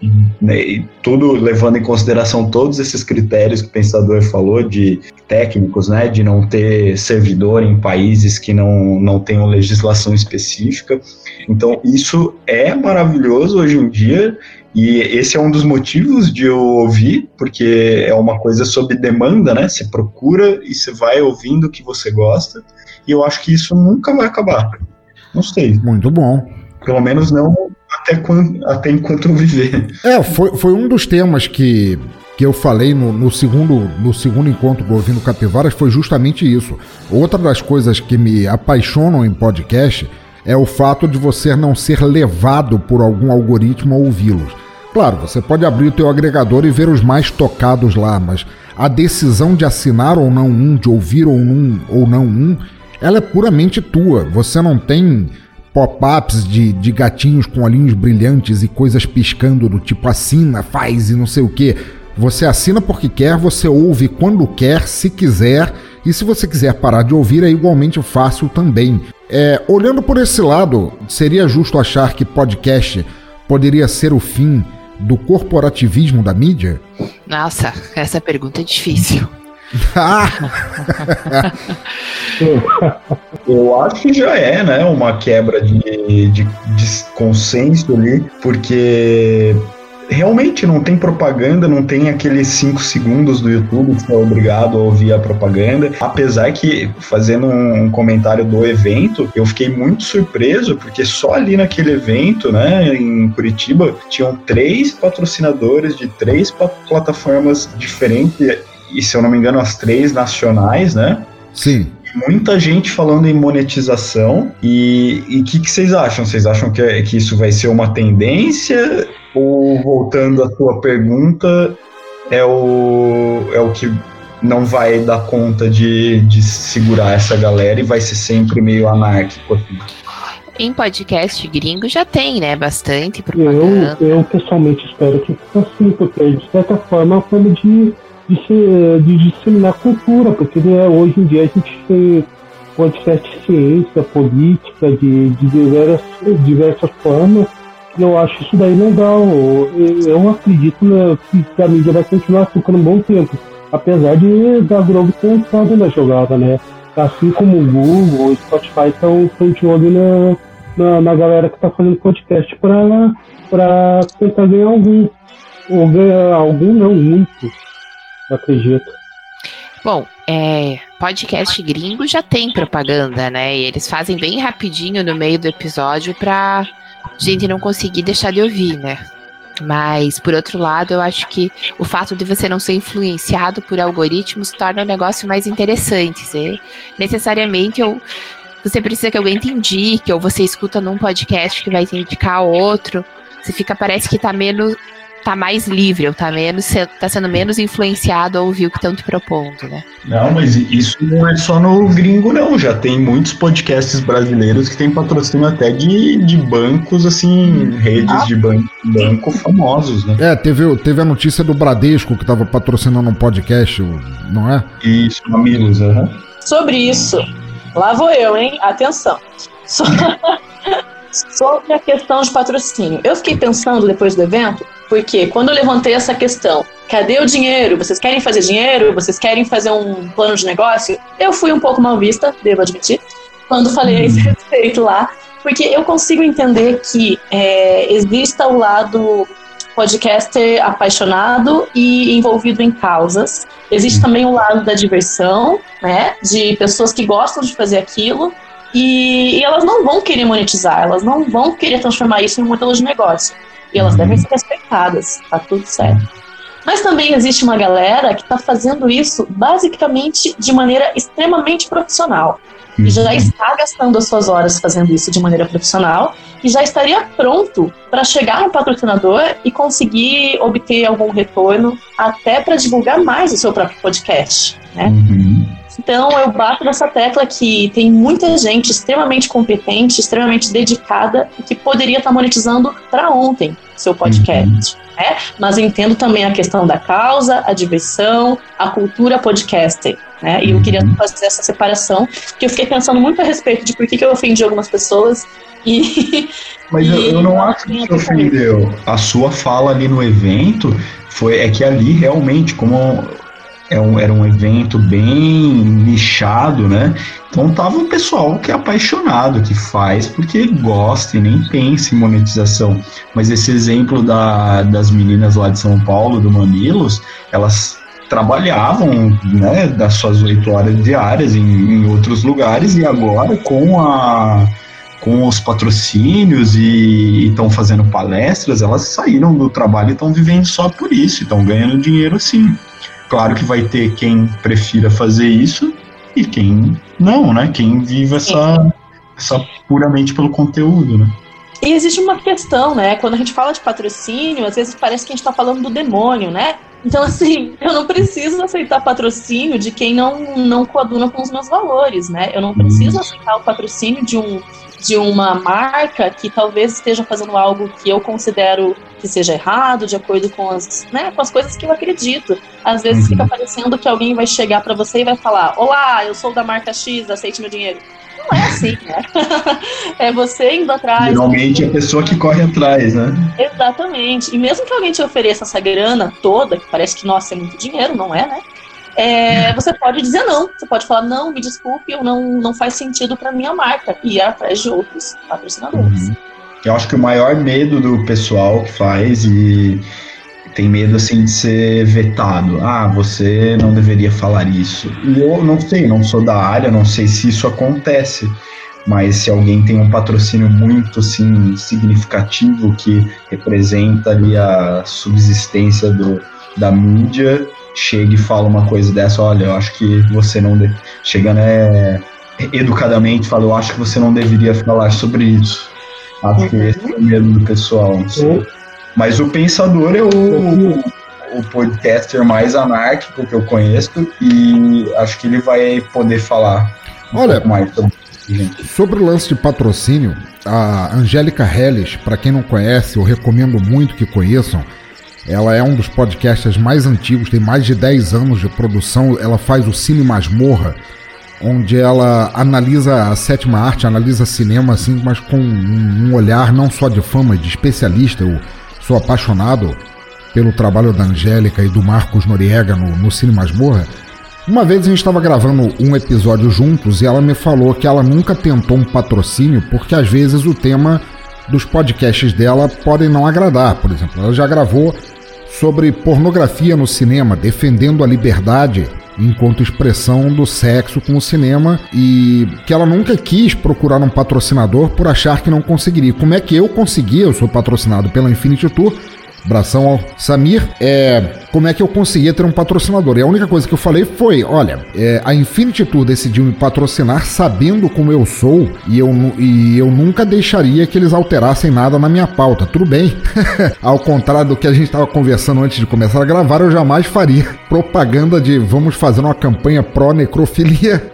né, e tudo levando em consideração todos esses critérios que o Pensador falou, de técnicos, né, de não ter servidor em países que não, não tenham legislação específica. Então isso é maravilhoso hoje em dia e esse é um dos motivos de eu ouvir, porque é uma coisa sob demanda, né, você procura e você vai ouvindo o que você gosta e eu acho que isso nunca vai acabar. Não sei. Muito bom. Pelo menos não até, quando, até enquanto eu viver. É, foi, foi um dos temas que, que eu falei no, no, segundo, no segundo encontro do Ouvindo Capivaras, foi justamente isso. Outra das coisas que me apaixonam em podcast é o fato de você não ser levado por algum algoritmo a ouvi-los. Claro, você pode abrir o teu agregador e ver os mais tocados lá, mas a decisão de assinar ou não um, de ouvir ou, um, ou não um, ela é puramente tua. Você não tem pop-ups de, de gatinhos com olhinhos brilhantes e coisas piscando do tipo assina, faz e não sei o que. Você assina porque quer, você ouve quando quer, se quiser, e se você quiser parar de ouvir é igualmente fácil também. É, olhando por esse lado, seria justo achar que podcast poderia ser o fim do corporativismo da mídia? Nossa, essa pergunta é difícil. Eu acho que já é, né, uma quebra de, de, de consenso ali, porque realmente não tem propaganda, não tem aqueles cinco segundos do YouTube que você é obrigado a ouvir a propaganda. Apesar que, fazendo um comentário do evento, eu fiquei muito surpreso, porque só ali naquele evento, né, em Curitiba, tinham três patrocinadores de três plataformas diferentes, e se eu não me engano, as três nacionais, né? Sim. Muita gente falando em monetização. E o que, que vocês acham? Vocês acham que, é, que isso vai ser uma tendência? Ou, voltando à tua pergunta, é o, é o que não vai dar conta de, de segurar essa galera e vai ser sempre meio anárquico assim? Em podcast gringo já tem, né? Bastante propaganda. Eu, eu pessoalmente espero que fique assim, porque de certa forma é uma forma de, de, se, de disseminar cultura, porque né, hoje em dia a gente tem podcast de ciência, política, de, de diversas, diversas formas. Eu acho isso daí legal. Eu, eu acredito né, que a mídia vai continuar assim por um bom tempo, apesar de da Globo ter entrado na jogada, né? Assim como o Google, o Spotify estão de olho na, na, na galera que está fazendo podcast para tentar ganhar algum. Ou ganhar algum, não, muito, acredito. Bom, é, podcast gringo já tem propaganda, né? E eles fazem bem rapidinho no meio do episódio pra gente não conseguir deixar de ouvir, né? Mas, por outro lado, eu acho que o fato de você não ser influenciado por algoritmos torna o negócio mais interessante. Você, necessariamente, eu, você precisa que alguém te indique, ou você escuta num podcast que vai te indicar a outro. Você fica, parece que tá menos... tá mais livre, ou tá, menos, tá sendo menos influenciado a ouvir o que estão te propondo, né? Não, mas isso não é só no gringo, não. Já tem muitos podcasts brasileiros que tem patrocínio até de, de bancos, assim, redes ah. de banco, banco famosos, né? É, teve, teve a notícia do Bradesco que tava patrocinando um podcast, não é? Isso, amigos, aham. Uhum. Sobre isso, lá vou eu, hein? Atenção. So... Sobre a questão de patrocínio. Eu fiquei pensando depois do evento, porque quando eu levantei essa questão, cadê o dinheiro? Vocês querem fazer dinheiro? Vocês querem fazer um plano de negócio? Eu fui um pouco mal vista, devo admitir, quando falei a esse respeito lá, porque eu consigo entender que é, exista o lado podcaster apaixonado e envolvido em causas. Existe também o lado da diversão, né, de pessoas que gostam de fazer aquilo, e, e elas não vão querer monetizar, elas não vão querer transformar isso em um modelo de negócio. E elas devem ser respeitadas, tá tudo certo. Mas também existe uma galera que está fazendo isso basicamente de maneira extremamente profissional. E já está gastando as suas horas fazendo isso de maneira profissional e já estaria pronto para chegar no patrocinador e conseguir obter algum retorno até para divulgar mais o seu próprio podcast, né? Uhum. Então eu bato nessa tecla que tem muita gente extremamente competente, extremamente dedicada e que poderia estar monetizando para ontem seu podcast, uhum. né? Mas entendo também a questão da causa, a diversão, a cultura podcaster, né? E eu queria fazer essa separação, que eu fiquei pensando muito a respeito de por que, que eu ofendi algumas pessoas e... Mas e, eu, eu não acho que você ofendeu. A sua fala ali no evento foi, é que ali realmente, como... É um, era um evento bem nichado, né? Então tava um pessoal que é apaixonado, que faz porque gosta e nem pensa em monetização. Mas esse exemplo da, das meninas lá de São Paulo, do Mamilos, elas trabalhavam, né, das suas oito horas diárias em, em outros lugares, e agora com a... com os patrocínios e estão fazendo palestras, elas saíram do trabalho e estão vivendo só por isso, estão ganhando dinheiro sim. Claro que vai ter quem prefira fazer isso e quem não, né? Quem vive essa, essa puramente pelo conteúdo, né? E existe uma questão, né? Quando a gente fala de patrocínio, às vezes parece que a gente está falando do demônio, né? Então, assim, eu não preciso aceitar patrocínio de quem não, não coaduna com os meus valores, né? Eu não preciso aceitar o patrocínio de um, de uma marca que talvez esteja fazendo algo que eu considero que seja errado, de acordo com as, né, com as coisas que eu acredito. Às vezes uhum. fica parecendo que alguém vai chegar para você e vai falar: olá, eu sou da marca X, aceite meu dinheiro. Não é assim, né? É você indo atrás. Geralmente é a pessoa que corre atrás, né? Exatamente. E mesmo que alguém te ofereça essa grana toda, que parece que, nossa, é muito dinheiro, não é, né? É, você pode dizer não. Você pode falar: não, me desculpe, eu não, não faz sentido para minha marca. E ir atrás de outros patrocinadores. Uhum. Eu acho que o maior medo do pessoal que faz e tem medo assim de ser vetado. Ah, você não deveria falar isso. E eu não sei, não sou da área, não sei se isso acontece. Mas se alguém tem um patrocínio muito assim, significativo que representa ali a subsistência do, da mídia, chega e fala uma coisa dessa: olha, eu acho que você não... De... Chega, né, educadamente, fala: eu acho que você não deveria falar sobre isso. Acho que esse é o medo do pessoal. Uhum. Mas o Pensador é o, o, o podcaster mais anárquico que eu conheço e acho que ele vai poder falar um Olha, pouco mais sobre isso, gente. Sobre o lance de patrocínio, a Angélica Helles, para quem não conhece, eu recomendo muito que conheçam. Ela é um dos podcasters mais antigos, tem mais de dez anos de produção. Ela faz o Cine Masmorra, onde ela analisa a sétima arte, analisa cinema, assim, mas com um olhar não só de fã, mas de especialista. Eu sou apaixonado pelo trabalho da Angélica e do Marcos Noriega no, no Cine Masmorra. Uma vez a gente estava gravando um episódio juntos e ela me falou que ela nunca tentou um patrocínio porque às vezes o tema dos podcasts dela pode não agradar. Por exemplo, ela já gravou sobre pornografia no cinema, defendendo a liberdade enquanto expressão do sexo com o cinema, e que ela nunca quis procurar um patrocinador por achar que não conseguiria. Como é que eu consegui? Eu sou patrocinado pela Infinity Tour, abração ao Samir, é, como é que eu conseguia ter um patrocinador? E a única coisa que eu falei foi: olha, é, a Infinity Tour decidiu me patrocinar sabendo como eu sou, e eu, e eu nunca deixaria que eles alterassem nada na minha pauta. Tudo bem, ao contrário do que a gente estava conversando antes de começar a gravar, eu jamais faria propaganda de vamos fazer uma campanha pró-necrofilia.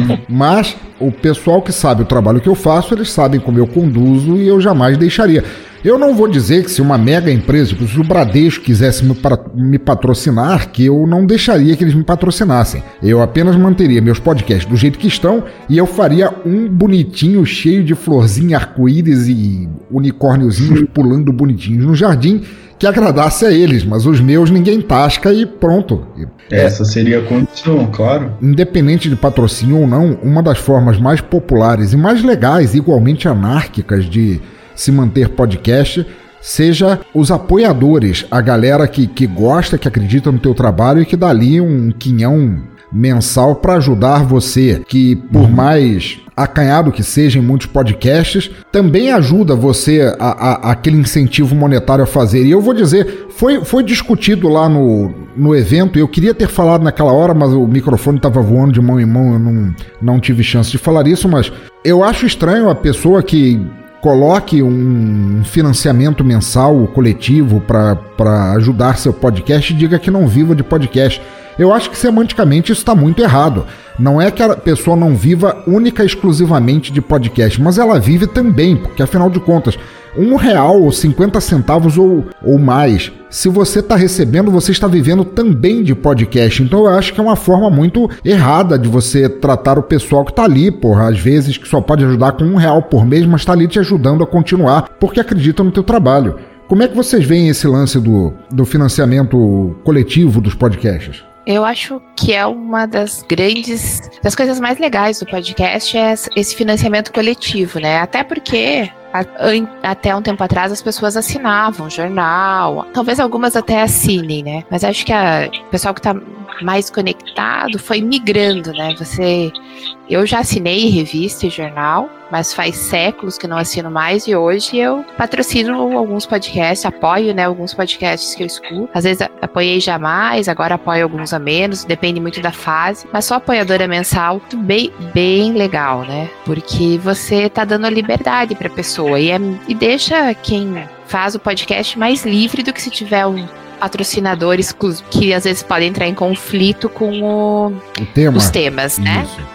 Mas o pessoal que sabe o trabalho que eu faço, eles sabem como eu conduzo e eu jamais deixaria. Eu não vou dizer que se uma mega empresa, tipo, se o Bradesco quisesse me, para, me patrocinar, que eu não deixaria que eles me patrocinassem. Eu apenas manteria meus podcasts do jeito que estão e eu faria um bonitinho cheio de florzinha, arco-íris e unicórniozinhos pulando bonitinhos no jardim que agradasse a eles, mas os meus ninguém tasca e pronto. Essa seria a condição, claro. Independente de patrocínio ou não, uma das formas mais populares e mais legais, igualmente anárquicas de se manter podcast, seja os apoiadores, a galera que, que gosta, que acredita no teu trabalho e que dá ali um quinhão mensal para ajudar você, que por mais acanhado que seja em muitos podcasts, também ajuda você a, a, aquele incentivo monetário a fazer. E eu vou dizer, foi, foi discutido lá no, no evento, e eu queria ter falado naquela hora, mas o microfone estava voando de mão em mão, eu não, não tive chance de falar isso, mas eu acho estranho a pessoa que coloque um financiamento mensal coletivo para ajudar seu podcast e diga que não viva de podcast. Eu acho que semanticamente isso está muito errado. Não é que a pessoa não viva única e exclusivamente de podcast, mas ela vive também, porque afinal de contas, um real ou cinquenta centavos ou, ou mais, se você está recebendo, você está vivendo também de podcast. Então eu acho que é uma forma muito errada de você tratar o pessoal que está ali, porra, às vezes que só pode ajudar com um real por mês, mas está ali te ajudando a continuar, porque acredita no teu trabalho. Como é que vocês veem esse lance do, do financiamento coletivo dos podcasts? Eu acho que é uma das grandes, das coisas mais legais do podcast, é esse financiamento coletivo, né? Até porque até um tempo atrás as pessoas assinavam jornal, talvez algumas até assinem, né? Mas acho que a, o pessoal que tá mais conectado foi migrando, né? Você, eu já assinei revista e jornal, mas faz séculos que não assino mais, e hoje eu patrocino alguns podcasts, apoio, né, alguns podcasts que eu escuto. Às vezes apoiei jamais, agora apoio alguns a menos, depende muito da fase, mas só apoiadora mensal, bem, bem legal, né? Porque você tá dando a liberdade pra pessoa e, é, e deixa quem faz o podcast mais livre do que se tiver um patrocinador exclusivo, que às vezes pode entrar em conflito com o, o tema. os temas, né? Isso.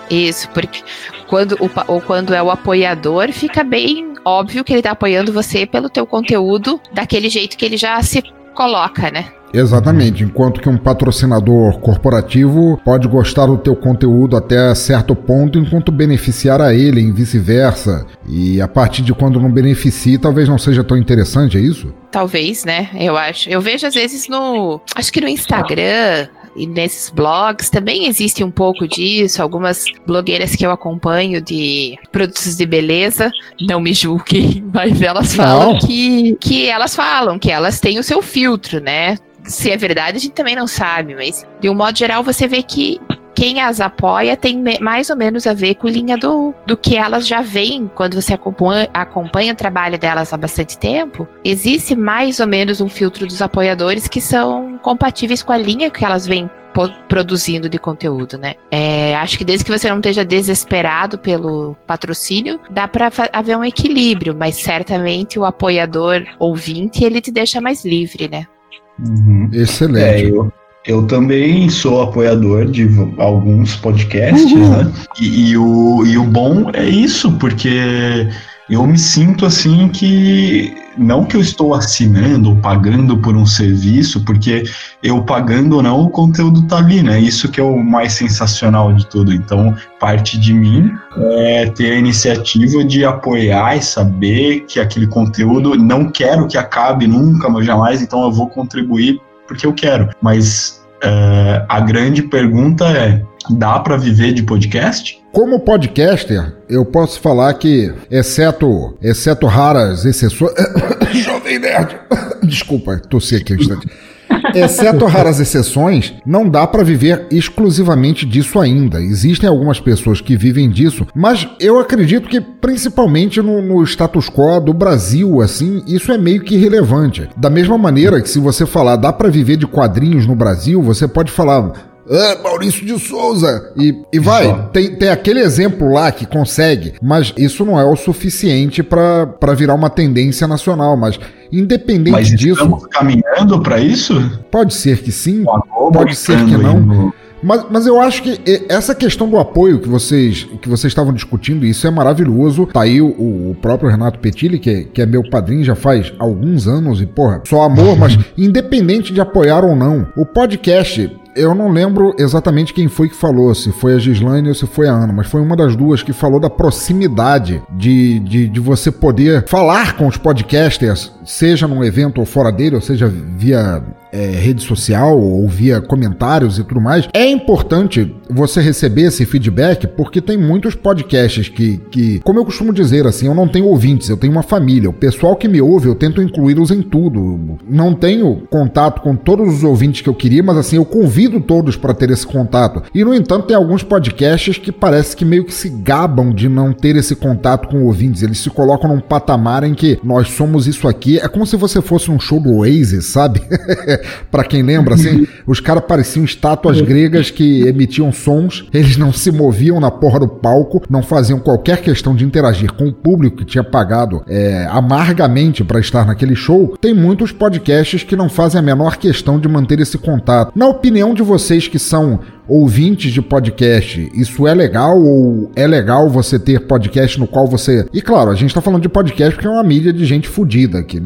Isso, porque quando o, ou quando é o apoiador, fica bem óbvio que ele tá apoiando você pelo teu conteúdo daquele jeito que ele já se coloca, né? Exatamente, enquanto que um patrocinador corporativo pode gostar do teu conteúdo até certo ponto, enquanto beneficiar a ele e vice-versa. E a partir de quando não beneficie, talvez não seja tão interessante, é isso? Talvez, né? Eu acho. Eu vejo às vezes no... Acho que no Instagram... E nesses blogs também existe um pouco disso. Algumas blogueiras que eu acompanho de produtos de beleza, não me julguem, mas elas falam que, que elas falam que elas têm o seu filtro, né? Se é verdade, a gente também não sabe, mas de um modo geral você vê que quem as apoia tem mais ou menos a ver com a linha do, do que elas já veem quando você acompanha, acompanha o trabalho delas há bastante tempo. Existe mais ou menos um filtro dos apoiadores que são compatíveis com a linha que elas vêm produzindo de conteúdo, né? É, acho que desde que você não esteja desesperado pelo patrocínio, dá para haver um equilíbrio, mas certamente o apoiador ouvinte, ele te deixa mais livre, né? Uhum. Excelente. É, eu... Eu também sou apoiador de alguns podcasts, uhum. né? E, e, o, e o bom é isso, porque eu me sinto assim que... Não que eu estou assinando ou pagando por um serviço, porque eu pagando ou não, o conteúdo tá ali, né? Isso que é o mais sensacional de tudo. Então, parte de mim é ter a iniciativa de apoiar e saber que aquele conteúdo... Não quero que acabe nunca, mas jamais, então eu vou contribuir porque eu quero, mas uh, a grande pergunta é, dá para viver de podcast? Como podcaster, eu posso falar que, exceto, exceto raras exceções... Jovem Nerd! Desculpa, tossi aqui um instante. Exceto raras exceções, não dá para viver exclusivamente disso ainda. Existem algumas pessoas que vivem disso, mas eu acredito que principalmente no, no status quo do Brasil, assim, isso é meio que irrelevante. Da mesma maneira que se você falar dá para viver de quadrinhos no Brasil, você pode falar... Ah, Maurício de Souza, e, e vai, tem, tem aquele exemplo lá que consegue, mas isso não é o suficiente para virar uma tendência nacional, mas independente mas disso... Mas estamos caminhando para isso? Pode ser que sim, pode ser que não, no... mas, mas eu acho que essa questão do apoio que vocês, que vocês estavam discutindo, isso é maravilhoso, tá aí o, o próprio Renato Petilli, que, que é meu padrinho já faz alguns anos, e porra, só amor, mas independente de apoiar ou não, o podcast... Eu não lembro exatamente quem foi que falou, se foi a Gislaine ou se foi a Ana, mas foi uma das duas que falou da proximidade de, de, de você poder falar com os podcasters, seja num evento ou fora dele, ou seja via é, rede social ou via comentários e tudo mais. É importante você receber esse feedback porque tem muitos podcasts que, que, como eu costumo dizer assim, eu não tenho ouvintes, eu tenho uma família. O pessoal que me ouve, eu tento incluí-los em tudo. Não tenho contato com todos os ouvintes que eu queria, mas assim, eu convido todos para ter esse contato. E, no entanto, tem alguns podcasts que parece que meio que se gabam de não ter esse contato com ouvintes. Eles se colocam num patamar em que nós somos isso aqui. É como se você fosse num show do Oasis, sabe? Para quem lembra, assim, os caras pareciam estátuas gregas que emitiam sons, eles não se moviam na porra do palco, não faziam qualquer questão de interagir com o público que tinha pagado é, amargamente para estar naquele show. Tem muitos podcasts que não fazem a menor questão de manter esse contato. Na opinião de vocês que são ouvintes de podcast, isso é legal ou é legal você ter podcast no qual você... E claro, a gente tá falando de podcast porque é uma mídia de gente fodida, que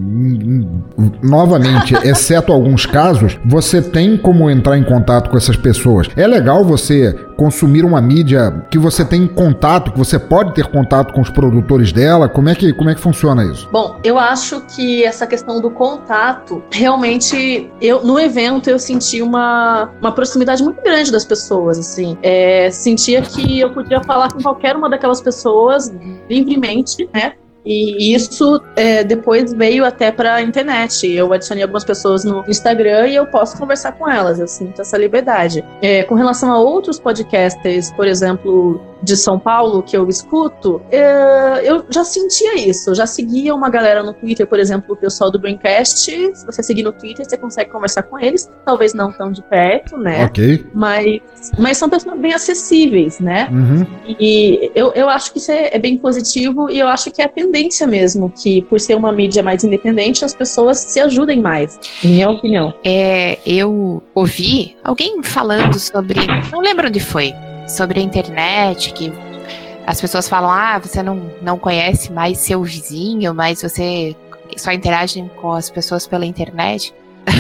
novamente, exceto alguns casos, você tem como entrar em contato com essas pessoas. É legal você consumir uma mídia que você tem contato, que você pode ter contato com os produtores dela. Como é que, como é que funciona isso? Bom, eu acho que essa questão do contato, realmente, eu no evento eu senti uma, uma proximidade muito grande das pessoas, assim. É, sentia que eu podia falar com qualquer uma daquelas pessoas livremente, né? E isso é, depois veio até pra internet. Eu adicionei algumas pessoas no Instagram e eu posso conversar com elas, eu sinto essa liberdade. É, com relação a outros podcasters, por exemplo, de São Paulo, que eu escuto, é, eu já sentia isso. Eu já seguia uma galera no Twitter, por exemplo, o pessoal do Braincast. Se você seguir no Twitter, você consegue conversar com eles. Talvez não tão de perto, né? Ok. Mas, mas são pessoas bem acessíveis, né? Uhum. E eu, eu acho que isso é, é bem positivo e eu acho que é a tendência mesmo, que por ser uma mídia mais independente, as pessoas se ajudem mais, minha opinião. É, eu ouvi alguém falando sobre, não lembro onde foi, sobre a internet, que as pessoas falam, ah, você não, não conhece mais seu vizinho, mas você só interage com as pessoas pela internet.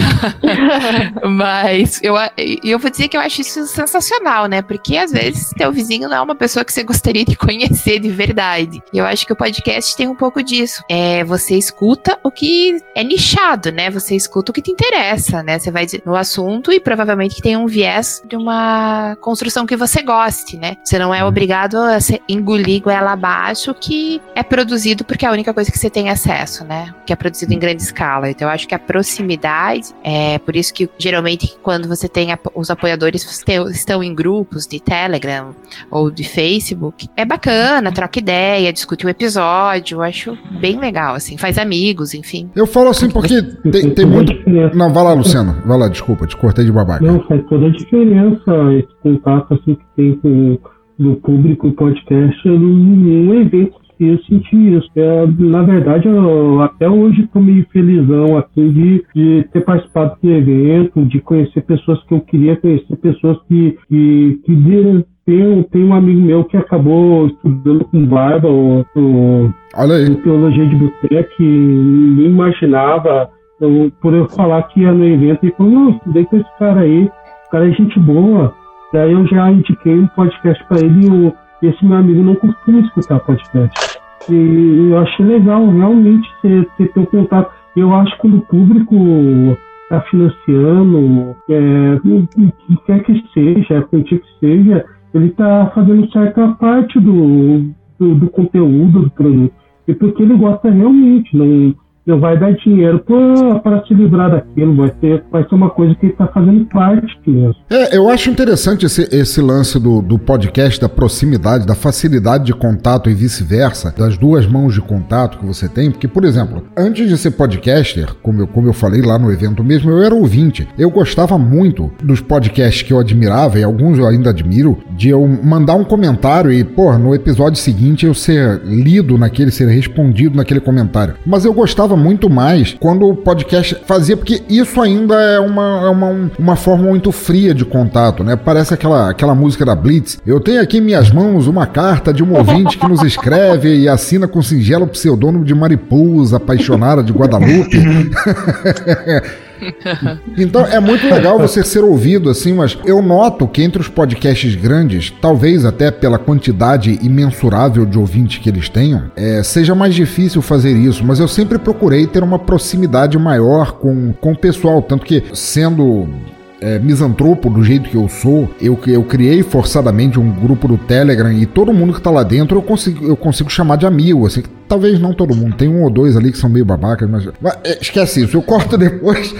Mas eu, eu vou dizer que eu acho isso sensacional, né? Porque às vezes teu vizinho não é uma pessoa que você gostaria de conhecer de verdade. E eu acho que o podcast tem um pouco disso. É, você escuta o que é nichado, né? Você escuta o que te interessa, né? Você vai no assunto e provavelmente que tem um viés de uma construção que você goste, né? Você não é obrigado a engolir goela abaixo que é produzido porque é a única coisa que você tem acesso, né? Que é produzido em grande escala. Então eu acho que a proximidade é por isso que geralmente quando você tem os apoiadores estão em grupos de Telegram ou de Facebook, é bacana, troca ideia, discute o episódio, eu acho bem legal, assim, faz amigos, enfim. Eu falo assim porque tem, tem muito... Não, vai lá, Luciano, vai lá, desculpa, te cortei de babaca. Não, faz toda a diferença esse contato assim, que tem com o público, o podcast, num evento. Eu senti isso. É, na verdade, eu até hoje estou meio felizão assim, de, de ter participado do evento, de conhecer pessoas que eu queria conhecer, pessoas que, que, que de, tem, tem um amigo meu que acabou estudando com barba o, o, Olha aí. o Teologia de Boteco, que ninguém imaginava. Eu, por eu falar que ia no evento, ele falou, não, estudei com esse cara aí, o cara é gente boa. Daí eu já indiquei um podcast para ele e o esse meu amigo não costuma escutar podcast. E eu achei legal, realmente, você ter um contato. Eu acho que quando o público está financiando, é, o que quer que seja, a quantia que seja, ele está fazendo certa parte do, do, do conteúdo do produto. E porque ele gosta realmente, não... não vai dar dinheiro para se livrar daquilo, vai ser, vai ser uma coisa que ele está fazendo parte mesmo. É, eu acho interessante esse, esse lance do, do podcast, da proximidade, da facilidade de contato e vice-versa, das duas mãos de contato que você tem, porque, por exemplo, antes de ser podcaster, como eu, como eu falei lá no evento mesmo, eu era ouvinte. Eu gostava muito dos podcasts que eu admirava, e alguns eu ainda admiro, de eu mandar um comentário e, pô, no episódio seguinte eu ser lido naquele, ser respondido naquele comentário. Mas eu gostava muito mais quando o podcast fazia, porque isso ainda é uma, é uma, uma forma muito fria de contato, né? Parece aquela, aquela música da Blitz. Eu tenho aqui em minhas mãos uma carta de um ouvinte que nos escreve e assina com singelo pseudônimo de Mariposa, apaixonada de Guadalupe. Então é muito legal você ser ouvido assim, mas eu noto que entre os podcasts grandes, talvez até pela quantidade imensurável de ouvintes que eles tenham, é, seja mais difícil fazer isso, mas eu sempre procurei ter uma proximidade maior com, com o pessoal, tanto que sendo... É, misantropo do jeito que eu sou, eu, eu criei forçadamente um grupo do Telegram e todo mundo que tá lá dentro eu consigo, eu consigo chamar de amigo, assim, talvez não todo mundo, tem um ou dois ali que são meio babacas, mas, mas é, esquece isso, eu corto depois.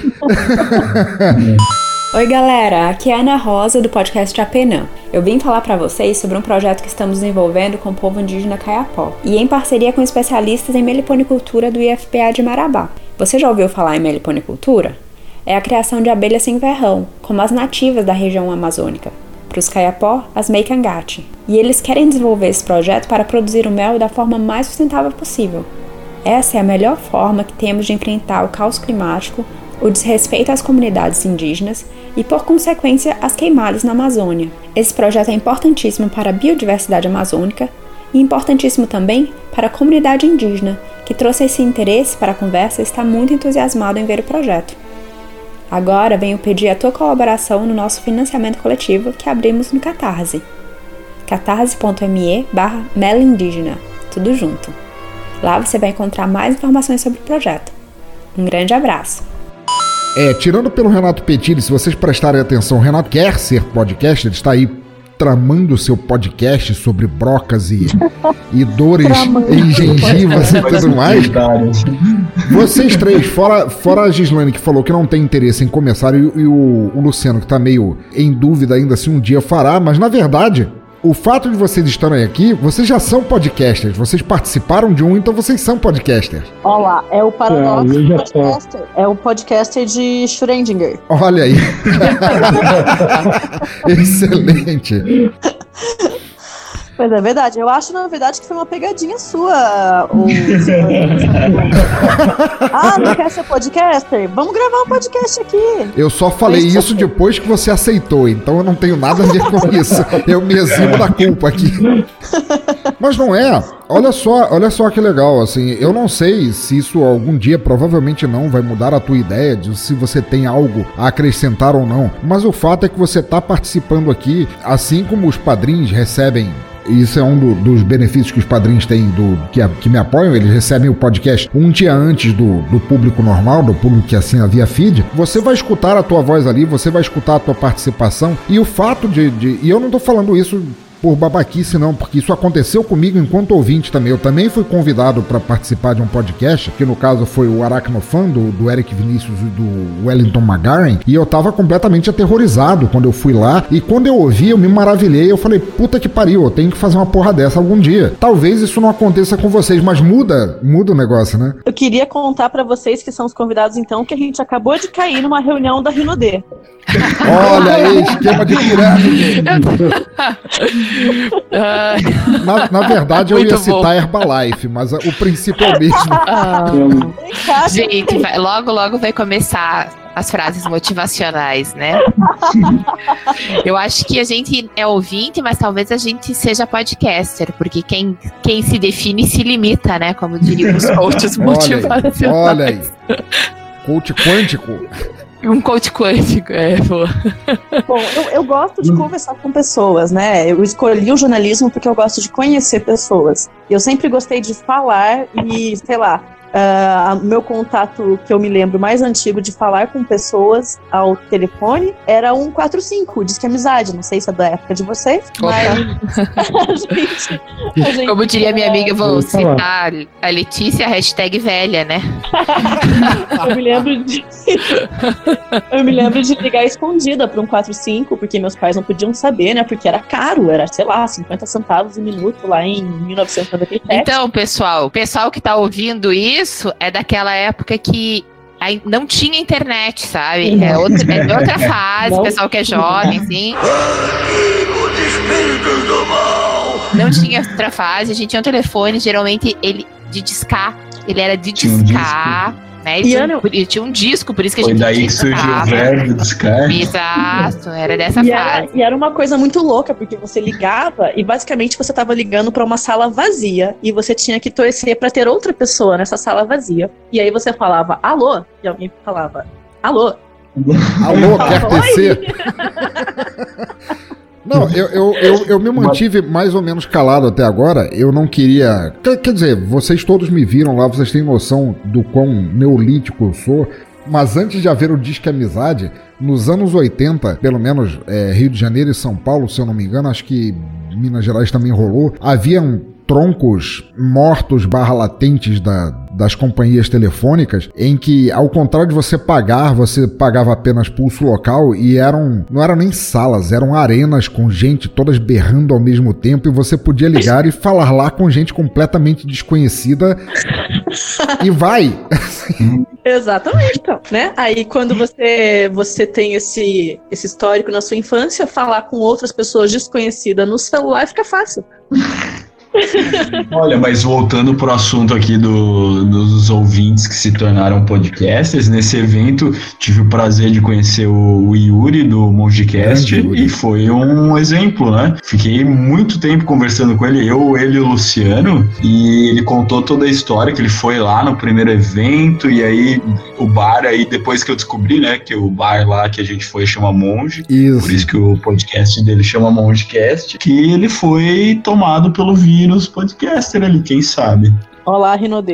Oi galera, aqui é a Ana Rosa do podcast Apenã. Eu vim falar para vocês sobre um projeto que estamos desenvolvendo com o povo indígena Kayapó e em parceria com especialistas em meliponicultura do I F P A de Marabá. Você já ouviu falar em meliponicultura? É a criação de abelhas sem ferrão, como as nativas da região amazônica. Para os Kayapó, as Meikangate. E eles querem desenvolver esse projeto para produzir o mel da forma mais sustentável possível. Essa é a melhor forma que temos de enfrentar o caos climático, o desrespeito às comunidades indígenas e, por consequência, as queimadas na Amazônia. Esse projeto é importantíssimo para a biodiversidade amazônica e importantíssimo também para a comunidade indígena, que trouxe esse interesse para a conversa e está muito entusiasmado em ver o projeto. Agora venho pedir a tua colaboração no nosso financiamento coletivo que abrimos no Catarse. catarse.me barra melindígena, tudo junto. Lá você vai encontrar mais informações sobre o projeto. Um grande abraço. É, tirando pelo Renato Petilli, se vocês prestarem atenção, o Renato quer ser podcast, ele está aí tramando seu podcast sobre brocas e, e dores em gengivas e tudo mais. Vocês três, fora, fora a Gislaine que falou que não tem interesse em começar, e, e o, o Luciano que está meio em dúvida ainda se um dia fará, mas na verdade, o fato de vocês estarem aqui, vocês já são podcasters, vocês participaram de um, então vocês são podcasters. Olá, é o Paradoxo é, Podcaster. É o podcaster de Schrödinger. Olha aí. Excelente. Mas é verdade. Eu acho, na verdade, que foi uma pegadinha sua. O... ah, não quer ser podcaster? Vamos gravar um podcast aqui. Eu só falei isso, isso depois que você aceitou, então eu não tenho nada a ver com isso. Eu me eximo da culpa aqui. Mas não é. Olha só, olha só que legal, assim, eu não sei se isso algum dia, provavelmente não, vai mudar a tua ideia de se você tem algo a acrescentar ou não, mas o fato é que você está participando aqui, assim como os padrinhos recebem, e isso é um do, dos benefícios que os padrinhos têm, do, que, que me apoiam, eles recebem o podcast um dia antes do, do público normal, do público que assina via feed, você vai escutar a tua voz ali, você vai escutar a tua participação, e o fato de, de e eu não tô falando isso por babaquice não, porque isso aconteceu comigo enquanto ouvinte também. Eu também fui convidado para participar de um podcast, que no caso foi o Aracnofan, do, do Eric Vinícius e do Wellington Magaren, e eu tava completamente aterrorizado quando eu fui lá, e quando eu ouvi, eu me maravilhei, eu falei, puta que pariu, eu tenho que fazer uma porra dessa algum dia. Talvez isso não aconteça com vocês, mas muda, muda o negócio, né? Eu queria contar para vocês, que são os convidados então, que a gente acabou de cair numa reunião da Rinodê. Olha aí, esquema de pirâmide. Na, na verdade, eu Muito ia bom. citar Herbalife, mas o princípio é o mesmo. Ah, gente, vai, logo, logo vai começar as frases motivacionais, né? Eu acho que a gente é ouvinte, mas talvez a gente seja podcaster, porque quem, quem se define se limita, né? Como diriam os coaches motivacionais. Olha aí, coach quântico. Um coach quântico, é, pô. Bom, eu, eu gosto de conversar com pessoas, né? Eu escolhi o jornalismo porque eu gosto de conhecer pessoas. Eu sempre gostei de falar e, sei lá, o uh, meu contato que eu me lembro mais antigo de falar com pessoas ao telefone era um quatro cinco, diz que é amizade, não sei se é da época de vocês, Opa. mas a gente, a gente, como diria minha amiga, vou é, citar a Letícia, hashtag velha, né? eu me lembro de eu me lembro de ligar escondida para um quatro cinco, porque meus pais não podiam saber, né, porque era caro, era, sei lá, cinquenta centavos o minuto lá em mil novecentos e noventa e sete. Então, pessoal, o pessoal que tá ouvindo isso Isso é daquela época que não tinha internet, sabe? É outra, é outra fase, o pessoal que é jovem, assim. Não tinha outra fase, a gente tinha um telefone, geralmente ele de discar, ele era de discar. Né? E tinha, um, ele tinha um disco, por isso que a Foi gente daí que surgiu o verbo discar. Exato, era dessa e fase. Era, e era uma coisa muito louca, porque você ligava e basicamente você estava ligando para uma sala vazia e você tinha que torcer para ter outra pessoa nessa sala vazia. E aí você falava, alô? E alguém falava, alô? Alô, quer tecer? Não, eu, eu, eu, eu me mantive mais ou menos calado até agora. Eu não queria... Quer, quer dizer, vocês todos me viram lá, vocês têm noção do quão neolítico eu sou. Mas antes de haver o Disque Amizade, nos anos oitenta, pelo menos é, Rio de Janeiro e São Paulo, se eu não me engano, acho que Minas Gerais também rolou, haviam troncos mortos barra latentes da, das companhias telefônicas, em que, ao contrário de você pagar, você pagava apenas pulso local e eram, não eram nem salas, eram arenas com gente todas berrando ao mesmo tempo e você podia ligar e falar lá com gente completamente desconhecida e vai. Exatamente, então, né? Aí quando você, você tem esse, esse histórico na sua infância, falar com outras pessoas desconhecidas no celular fica fácil. Olha, mas voltando pro assunto aqui do, dos ouvintes que se tornaram podcasters, nesse evento tive o prazer de conhecer o, o Yuri do Mongecast e foi um exemplo, né? Fiquei muito tempo conversando com ele, eu, ele e o Luciano, e ele contou toda a história que ele foi lá no primeiro evento e aí o bar aí, depois que eu descobri, né, que o bar lá que a gente foi chama Monge, isso. Por isso que o podcast dele chama Mongecast, que ele foi tomado pelo vírus podcaster ali, quem sabe? Olá, Rinodê.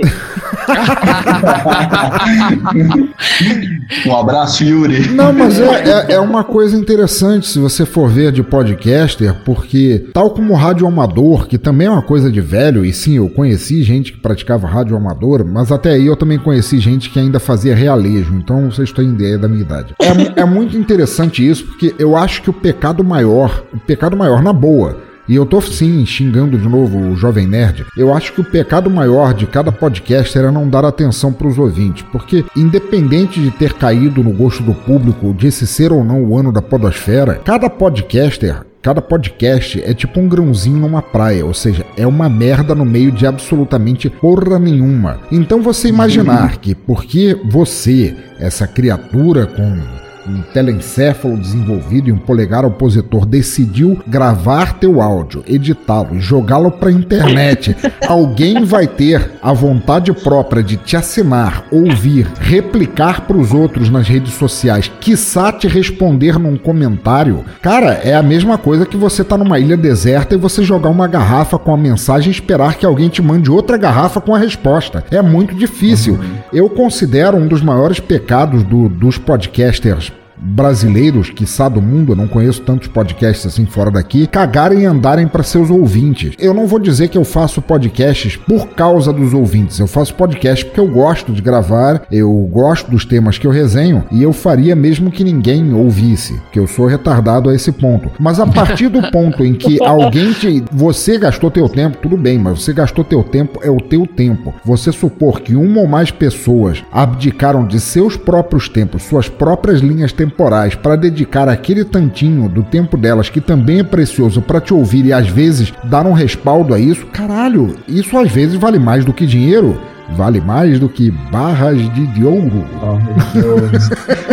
Um abraço, Yuri. Não, mas é, é, é uma coisa interessante se você for ver de podcaster, porque tal como o rádio amador, que também é uma coisa de velho, e sim, eu conheci gente que praticava rádio amador, mas até aí eu também conheci gente que ainda fazia realejo, então vocês têm ideia da minha idade. É, é muito interessante isso, porque eu acho que o pecado maior, o pecado maior na boa, e eu tô sim xingando de novo o Jovem Nerd, eu acho que o pecado maior de cada podcaster é não dar atenção pros ouvintes, porque independente de ter caído no gosto do público, de se ser ou não o ano da podosfera, cada podcaster, cada podcast é tipo um grãozinho numa praia, ou seja, é uma merda no meio de absolutamente porra nenhuma. Então você imaginar que porque você, essa criatura com um telencéfalo desenvolvido e um polegar opositor, decidiu gravar teu áudio, editá-lo e jogá-lo pra internet, alguém vai ter a vontade própria de te assinar, ouvir, replicar pros outros nas redes sociais, quiçá te responder num comentário. Cara, é a mesma coisa que você tá numa ilha deserta e você jogar uma garrafa com a mensagem e esperar que alguém te mande outra garrafa com a resposta. É muito difícil. Uhum. Eu considero um dos maiores pecados do, dos podcasters brasileiros, quiçá do mundo, eu não conheço tantos podcasts assim fora daqui, cagarem e andarem para seus ouvintes. Eu não vou dizer que eu faço podcasts por causa dos ouvintes, eu faço podcast porque eu gosto de gravar, eu gosto dos temas que eu resenho e eu faria mesmo que ninguém ouvisse, porque eu sou retardado a esse ponto. Mas a partir do ponto em que alguém te... Você gastou teu tempo, tudo bem, mas você gastou teu tempo, é o teu tempo. Você supor que uma ou mais pessoas abdicaram de seus próprios tempos, suas próprias linhas temporais, temporais para dedicar aquele tantinho do tempo delas que também é precioso para te ouvir e às vezes dar um respaldo a isso, caralho, isso às vezes vale mais do que dinheiro, vale mais do que barras de, de ouro. Oh, meu Deus.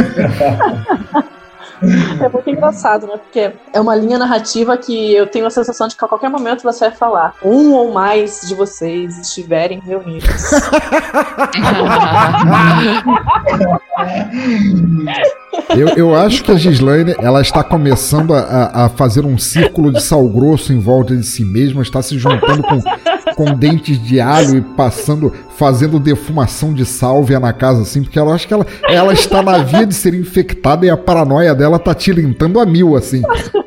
É muito engraçado, né? Porque é uma linha narrativa que eu tenho a sensação de que a qualquer momento você vai falar. Um ou mais de vocês estiverem reunidos. eu, eu acho que a Gislaine, ela está começando a, a fazer um círculo de sal grosso em volta de si mesma, está se juntando com, com dentes de alho e passando, fazendo defumação de sálvia na casa, assim, porque ela acha que ela, ela está na via de ser infectada e a paranoia dela tá tilintando a mil, assim.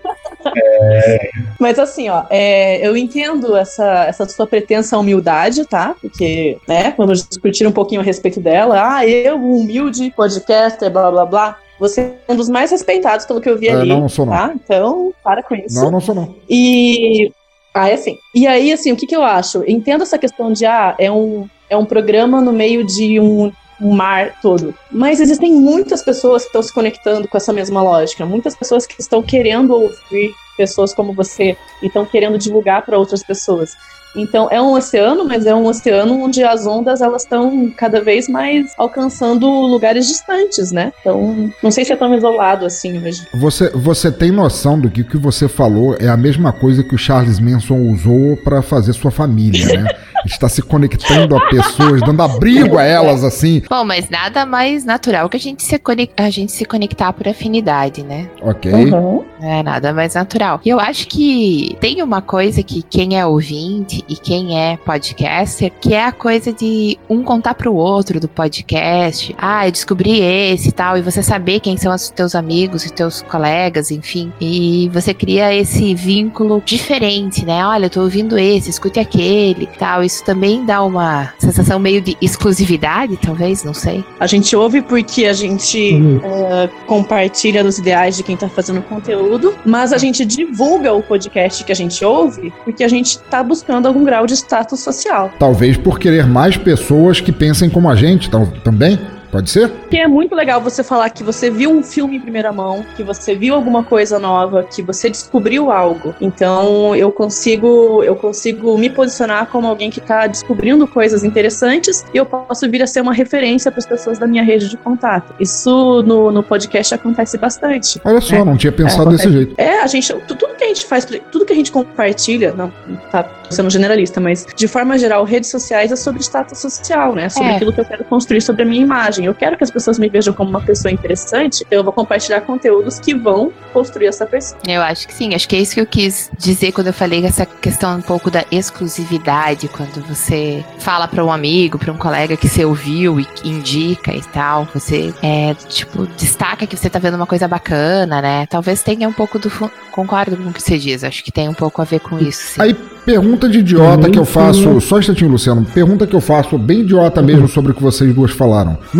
É. Mas assim, ó, é, eu entendo essa, essa sua pretensa humildade, tá? Porque, né, quando discutir um pouquinho a respeito dela, ah, eu, humilde podcaster, blá, blá, blá, você é um dos mais respeitados pelo que eu vi é, ali, não, não sou, não. Tá? Então, para com isso. Não, não sou, não. E... Ah, é assim. E aí, assim, o que que eu acho? Entendo essa questão de, ah, é um, é um programa no meio de um... um mar todo. Mas existem muitas pessoas que estão se conectando com essa mesma lógica, muitas pessoas que estão querendo ouvir pessoas como você e estão querendo divulgar para outras pessoas. Então é um oceano, mas é um oceano onde as ondas elas estão cada vez mais alcançando lugares distantes, né? Então não sei se é tão isolado assim hoje. Você, você tem noção do que o que você falou é a mesma coisa que o Charles Manson usou para fazer sua família, né? Está se conectando a pessoas, dando abrigo a elas, assim. Bom, mas nada mais natural que a gente se, conect... a gente se conectar por afinidade, né? Ok. Uhum. É nada mais natural. E eu acho que tem uma coisa que quem é ouvinte e quem é podcaster, que é a coisa de um contar pro outro do podcast. Ah, eu descobri esse e tal, e você saber quem são os teus amigos e teus colegas, enfim. E você cria esse vínculo diferente, né? Olha, eu tô ouvindo esse, escute aquele e tal. Isso também dá uma sensação meio de exclusividade, talvez, não sei. A gente ouve porque a gente uhum. uh, compartilha dos ideais de quem tá fazendo conteúdo, mas a gente divulga o podcast que a gente ouve porque a gente tá buscando algum grau de status social. Talvez por querer mais pessoas que pensem como a gente, tal, também? Pode ser? Que é muito legal você falar que você viu um filme em primeira mão, que você viu alguma coisa nova, que você descobriu algo. Então eu consigo, eu consigo me posicionar como alguém que está descobrindo coisas interessantes e eu posso vir a ser uma referência para as pessoas da minha rede de contato. Isso no, no podcast acontece bastante. Olha só, né? Não tinha pensado é, desse jeito. É, a gente, tudo que a gente faz, tudo que a gente compartilha, não tá sendo generalista, mas de forma geral, redes sociais é sobre status social, né? Sobre é. aquilo que eu quero construir sobre a minha imagem. Eu quero que as pessoas me vejam como uma pessoa interessante, então eu vou compartilhar conteúdos que vão construir essa pessoa. Eu acho que sim, acho que é isso que eu quis dizer quando eu falei essa questão um pouco da exclusividade, quando você fala para um amigo, para um colega que você ouviu e indica e tal, você é, tipo, destaca que você tá vendo uma coisa bacana, né? Talvez tenha um pouco do... Concordo com o que você diz, acho que tem um pouco a ver com isso, sim. Aí, pergunta de idiota que eu faço, só um instantinho, Luciano, pergunta que eu faço, bem idiota mesmo, sobre o que vocês duas falaram. Não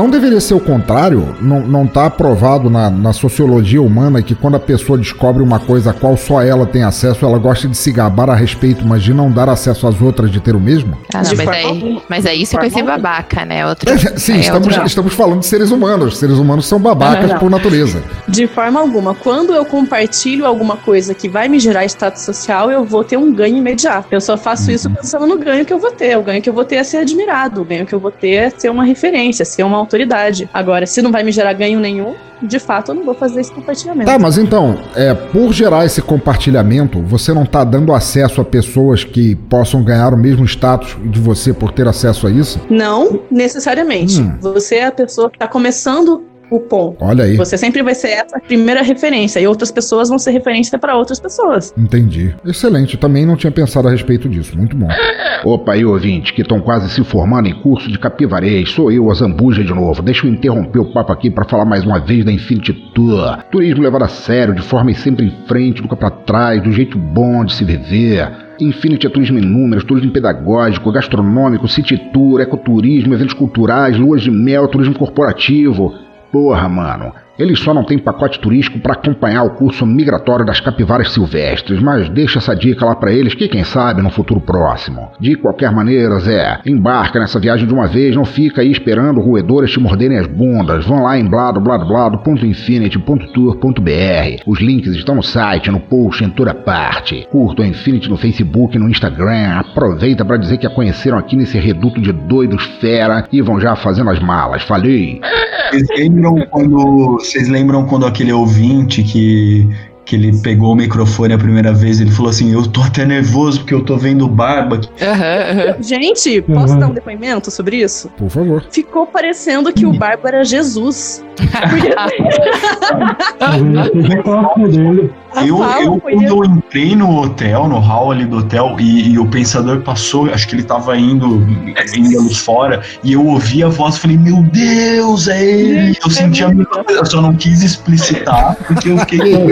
não deveria ser o contrário? Não, não tá aprovado na, na sociologia humana que quando a pessoa descobre uma coisa a qual só ela tem acesso, ela gosta de se gabar a respeito, mas de não dar acesso às outras de ter o mesmo? Ah, não, mas, aí, mas aí isso é ser babaca, né? Outra, é, sim, é estamos, outra... estamos falando de seres humanos. Os seres humanos são babacas por natureza. De forma alguma. Quando eu compartilho alguma coisa que vai me gerar status social, eu vou ter um ganho imediato. Eu só faço uhum. isso pensando no ganho que eu vou ter. O ganho que eu vou ter é ser admirado. O ganho que eu vou ter é ser uma referência, ser uma autoridade. Agora, se não vai me gerar ganho nenhum, de fato, eu não vou fazer esse compartilhamento. Tá, mas então, é, por gerar esse compartilhamento, você não tá dando acesso a pessoas que possam ganhar o mesmo status de você por ter acesso a isso? Não, necessariamente. Hum. Você é a pessoa que tá começando o ponto. Olha aí. Você sempre vai ser essa primeira referência e outras pessoas vão ser referência para outras pessoas. Entendi. Excelente. Eu também não tinha pensado a respeito disso. Muito bom. Opa, aí, ouvintes, que estão quase se formando em curso de capivarês. Sou eu, a Zambuja, de novo. Deixa eu interromper o papo aqui para falar mais uma vez da Infinity Tour. Turismo levado a sério, de forma sempre em frente, nunca para trás, do jeito bom de se viver. Infinity é turismo em números, turismo pedagógico, gastronômico, city tour, ecoturismo, eventos culturais, luas de mel, turismo corporativo. Porra, mano, eles só não têm pacote turístico para acompanhar o curso migratório das capivaras silvestres, mas deixa essa dica lá para eles que quem sabe no futuro próximo. De qualquer maneira, Zé, embarca nessa viagem de uma vez, não fica aí esperando roedores te morderem as bundas. Vão lá em blado blado blado ponto infinity ponto tour ponto b r. Os links estão no site, no post, em toda parte. Curtam a Infinity no Facebook e no Instagram. Aproveita para dizer que a conheceram aqui nesse reduto de doidos fera e vão já fazendo as malas. Falei! Vocês lembram quando, vocês lembram quando aquele ouvinte que, que ele pegou o microfone a primeira vez, ele falou assim, eu tô até nervoso porque eu tô vendo o Barba. Uhum, uhum. Gente, posso uhum. dar um depoimento sobre isso? Por favor. Ficou parecendo que o Barba era Jesus. eu, eu quando eu entrei no hotel, no hall ali do hotel, e, e o pensador passou, acho que ele tava indo, indo ali fora, e eu ouvi a voz e falei, meu Deus, é ele! Eu senti a mesma coisa, eu só não quis explicitar, porque eu fiquei com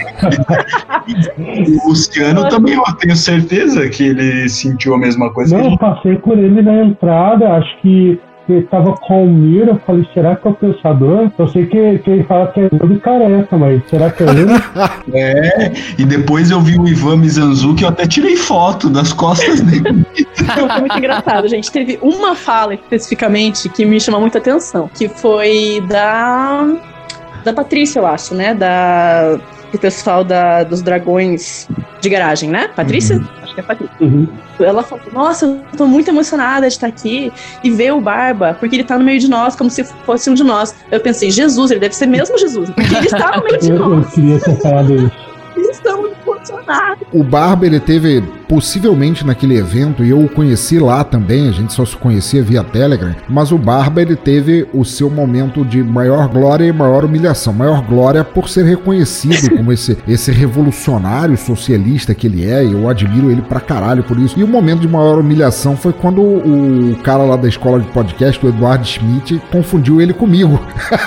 o Luciano também, eu tenho certeza que ele sentiu a mesma coisa. Não, eu passei por ele na entrada, acho que ele tava com o Mira, eu falei, será que é o pensador? Eu sei que, que ele fala que é todo careca, mas será que é ele? É, e depois eu vi o Ivan Mizanzuki, eu até tirei foto das costas dele. Foi muito engraçado, gente. Teve uma fala especificamente que me chamou muita atenção, que foi da da Patrícia, eu acho, né? Da do pessoal da, dos dragões de garagem, né? Patrícia? Uhum. Acho que é Patrícia. Uhum. Ela falou, nossa, eu tô muito emocionada de estar aqui e ver o Barba, porque ele tá no meio de nós, como se fosse um de nós. Eu pensei, Jesus, ele deve ser mesmo Jesus, porque ele está no meio de nós. Eu queria ter falado isso. Estamos emocionados. O Barba, ele teve, possivelmente naquele evento, e eu o conheci lá também, a gente só se conhecia via Telegram, mas o Barba, ele teve o seu momento de maior glória e maior humilhação. Maior glória por ser reconhecido como esse, esse revolucionário socialista que ele é, e eu admiro ele pra caralho por isso. E o momento de maior humilhação foi quando o, o cara lá da escola de podcast, o Eduardo Schmidt, confundiu ele comigo.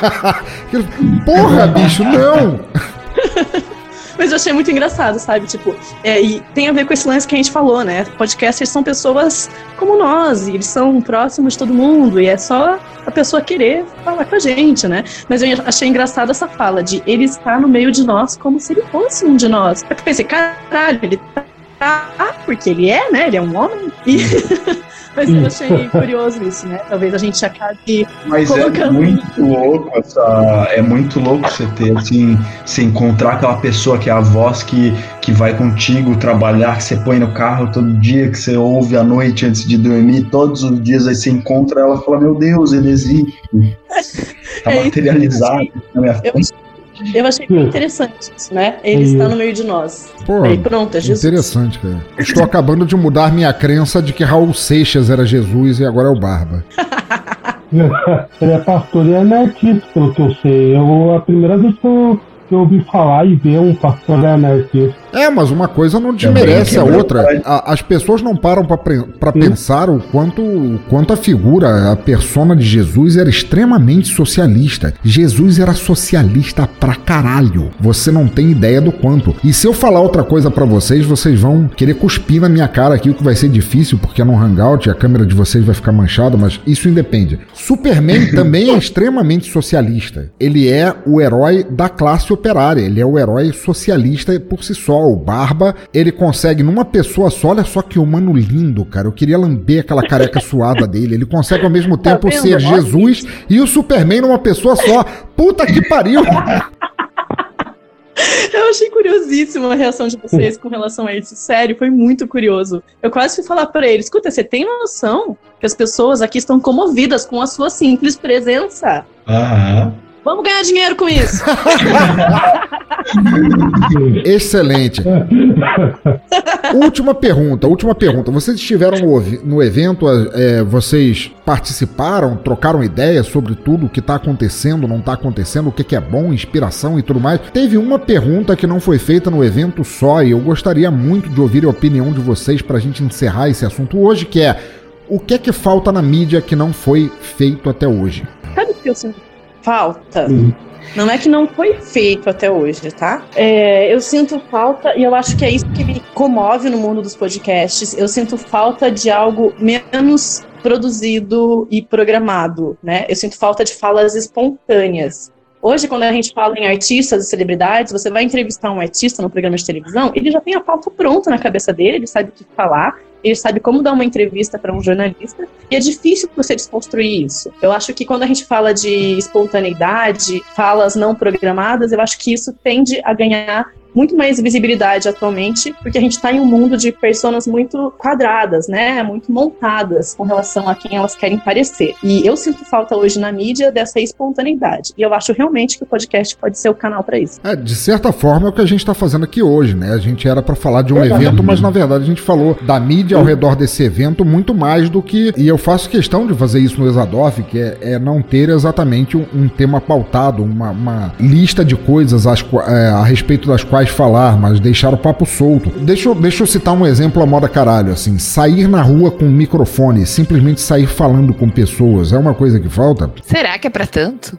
Porra, bicho, não! Mas eu achei muito engraçado, sabe? Tipo, é, e tem a ver com esse lance que a gente falou, né? Podcasters são pessoas como nós, e eles são próximos de todo mundo, e é só a pessoa querer falar com a gente, né? Mas eu achei engraçado essa fala de ele estar no meio de nós como se ele fosse um de nós. Eu pensei, caralho, ele tá... porque ele é, né? Ele é um homem. E... Mas eu achei curioso isso, né? Talvez a gente acabe Mas colocando... é muito louco essa... É muito louco você ter, assim, você encontrar aquela pessoa que é a voz que, que vai contigo trabalhar, que você põe no carro todo dia, que você ouve à noite antes de dormir, todos os dias, aí você encontra ela e fala, meu Deus, ele existe. Tá é materializado isso, na minha frente. Eu achei bem interessante isso, né? Ele está no meio de nós. Pô, aí pronto, é Jesus. Interessante, cara. Estou acabando de mudar minha crença de que Raul Seixas era Jesus e agora é o Barba. Ele é pastor e é anarquista, pelo que eu sei. Eu, a primeira vez que eu, que eu ouvi falar e ver um pastor anarquista. É, mas uma coisa não desmerece a outra. A, as pessoas não param para pensar o quanto, o quanto a figura, a persona de Jesus era extremamente socialista. Jesus era socialista pra caralho. Você não tem ideia do quanto. E se eu falar outra coisa pra vocês, vocês vão querer cuspir na minha cara aqui, o que vai ser difícil, porque é num hangout e a câmera de vocês vai ficar manchada, mas isso independe. Superman também é extremamente socialista. Ele é o herói da classe operária. Ele é o herói socialista por si só. O Barba, ele consegue numa pessoa só, olha só que humano lindo, cara. Eu queria lamber aquela careca suada dele. Ele consegue ao mesmo tempo tá ser Jesus e o Superman numa pessoa só. Puta que pariu! Eu achei curiosíssima a reação de vocês com relação a isso. Sério, foi muito curioso. Eu quase fui falar pra ele, escuta, você tem noção que as pessoas aqui estão comovidas com a sua simples presença? Aham. Vamos ganhar dinheiro com isso. Excelente. Última pergunta, última pergunta. Vocês estiveram no, no evento, é, vocês participaram, trocaram ideias sobre tudo o que está acontecendo, não está acontecendo, o que, que é bom, inspiração e tudo mais. Teve uma pergunta que não foi feita no evento só e eu gostaria muito de ouvir a opinião de vocês para a gente encerrar esse assunto hoje, que é o que é que falta na mídia que não foi feito até hoje? Sabe o que eu sinto falta? Uhum. Não é que não foi feito até hoje, tá? É, eu sinto falta, e eu acho que é isso que me comove no mundo dos podcasts, eu sinto falta de algo menos produzido e programado, né? Eu sinto falta de falas espontâneas. Hoje, quando a gente fala em artistas e celebridades, você vai entrevistar um artista no programa de televisão, ele já tem a pauta pronta na cabeça dele, ele sabe o que falar, ele sabe como dar uma entrevista para um jornalista, e é difícil você desconstruir isso. Eu acho que quando a gente fala de espontaneidade, falas não programadas, eu acho que isso tende a ganhar muito mais visibilidade atualmente, porque a gente está em um mundo de personas muito quadradas, né, muito montadas com relação a quem elas querem parecer. E eu sinto falta hoje na mídia dessa espontaneidade. E eu acho realmente que o podcast pode ser o canal para isso. É, de certa forma é o que a gente está fazendo aqui hoje, né? A gente era para falar de um Exatamente. evento, mas na verdade a gente falou da mídia ao redor desse evento muito mais do que... E eu faço questão de fazer isso no Exadoff, que é, é não ter exatamente um, um tema pautado, uma, uma lista de coisas as, é, a respeito das quais falar, mas deixar o papo solto. Deixa eu, deixa eu citar um exemplo a moda caralho, assim, sair na rua com um microfone, simplesmente sair falando com pessoas, é uma coisa que falta? Será que é pra tanto?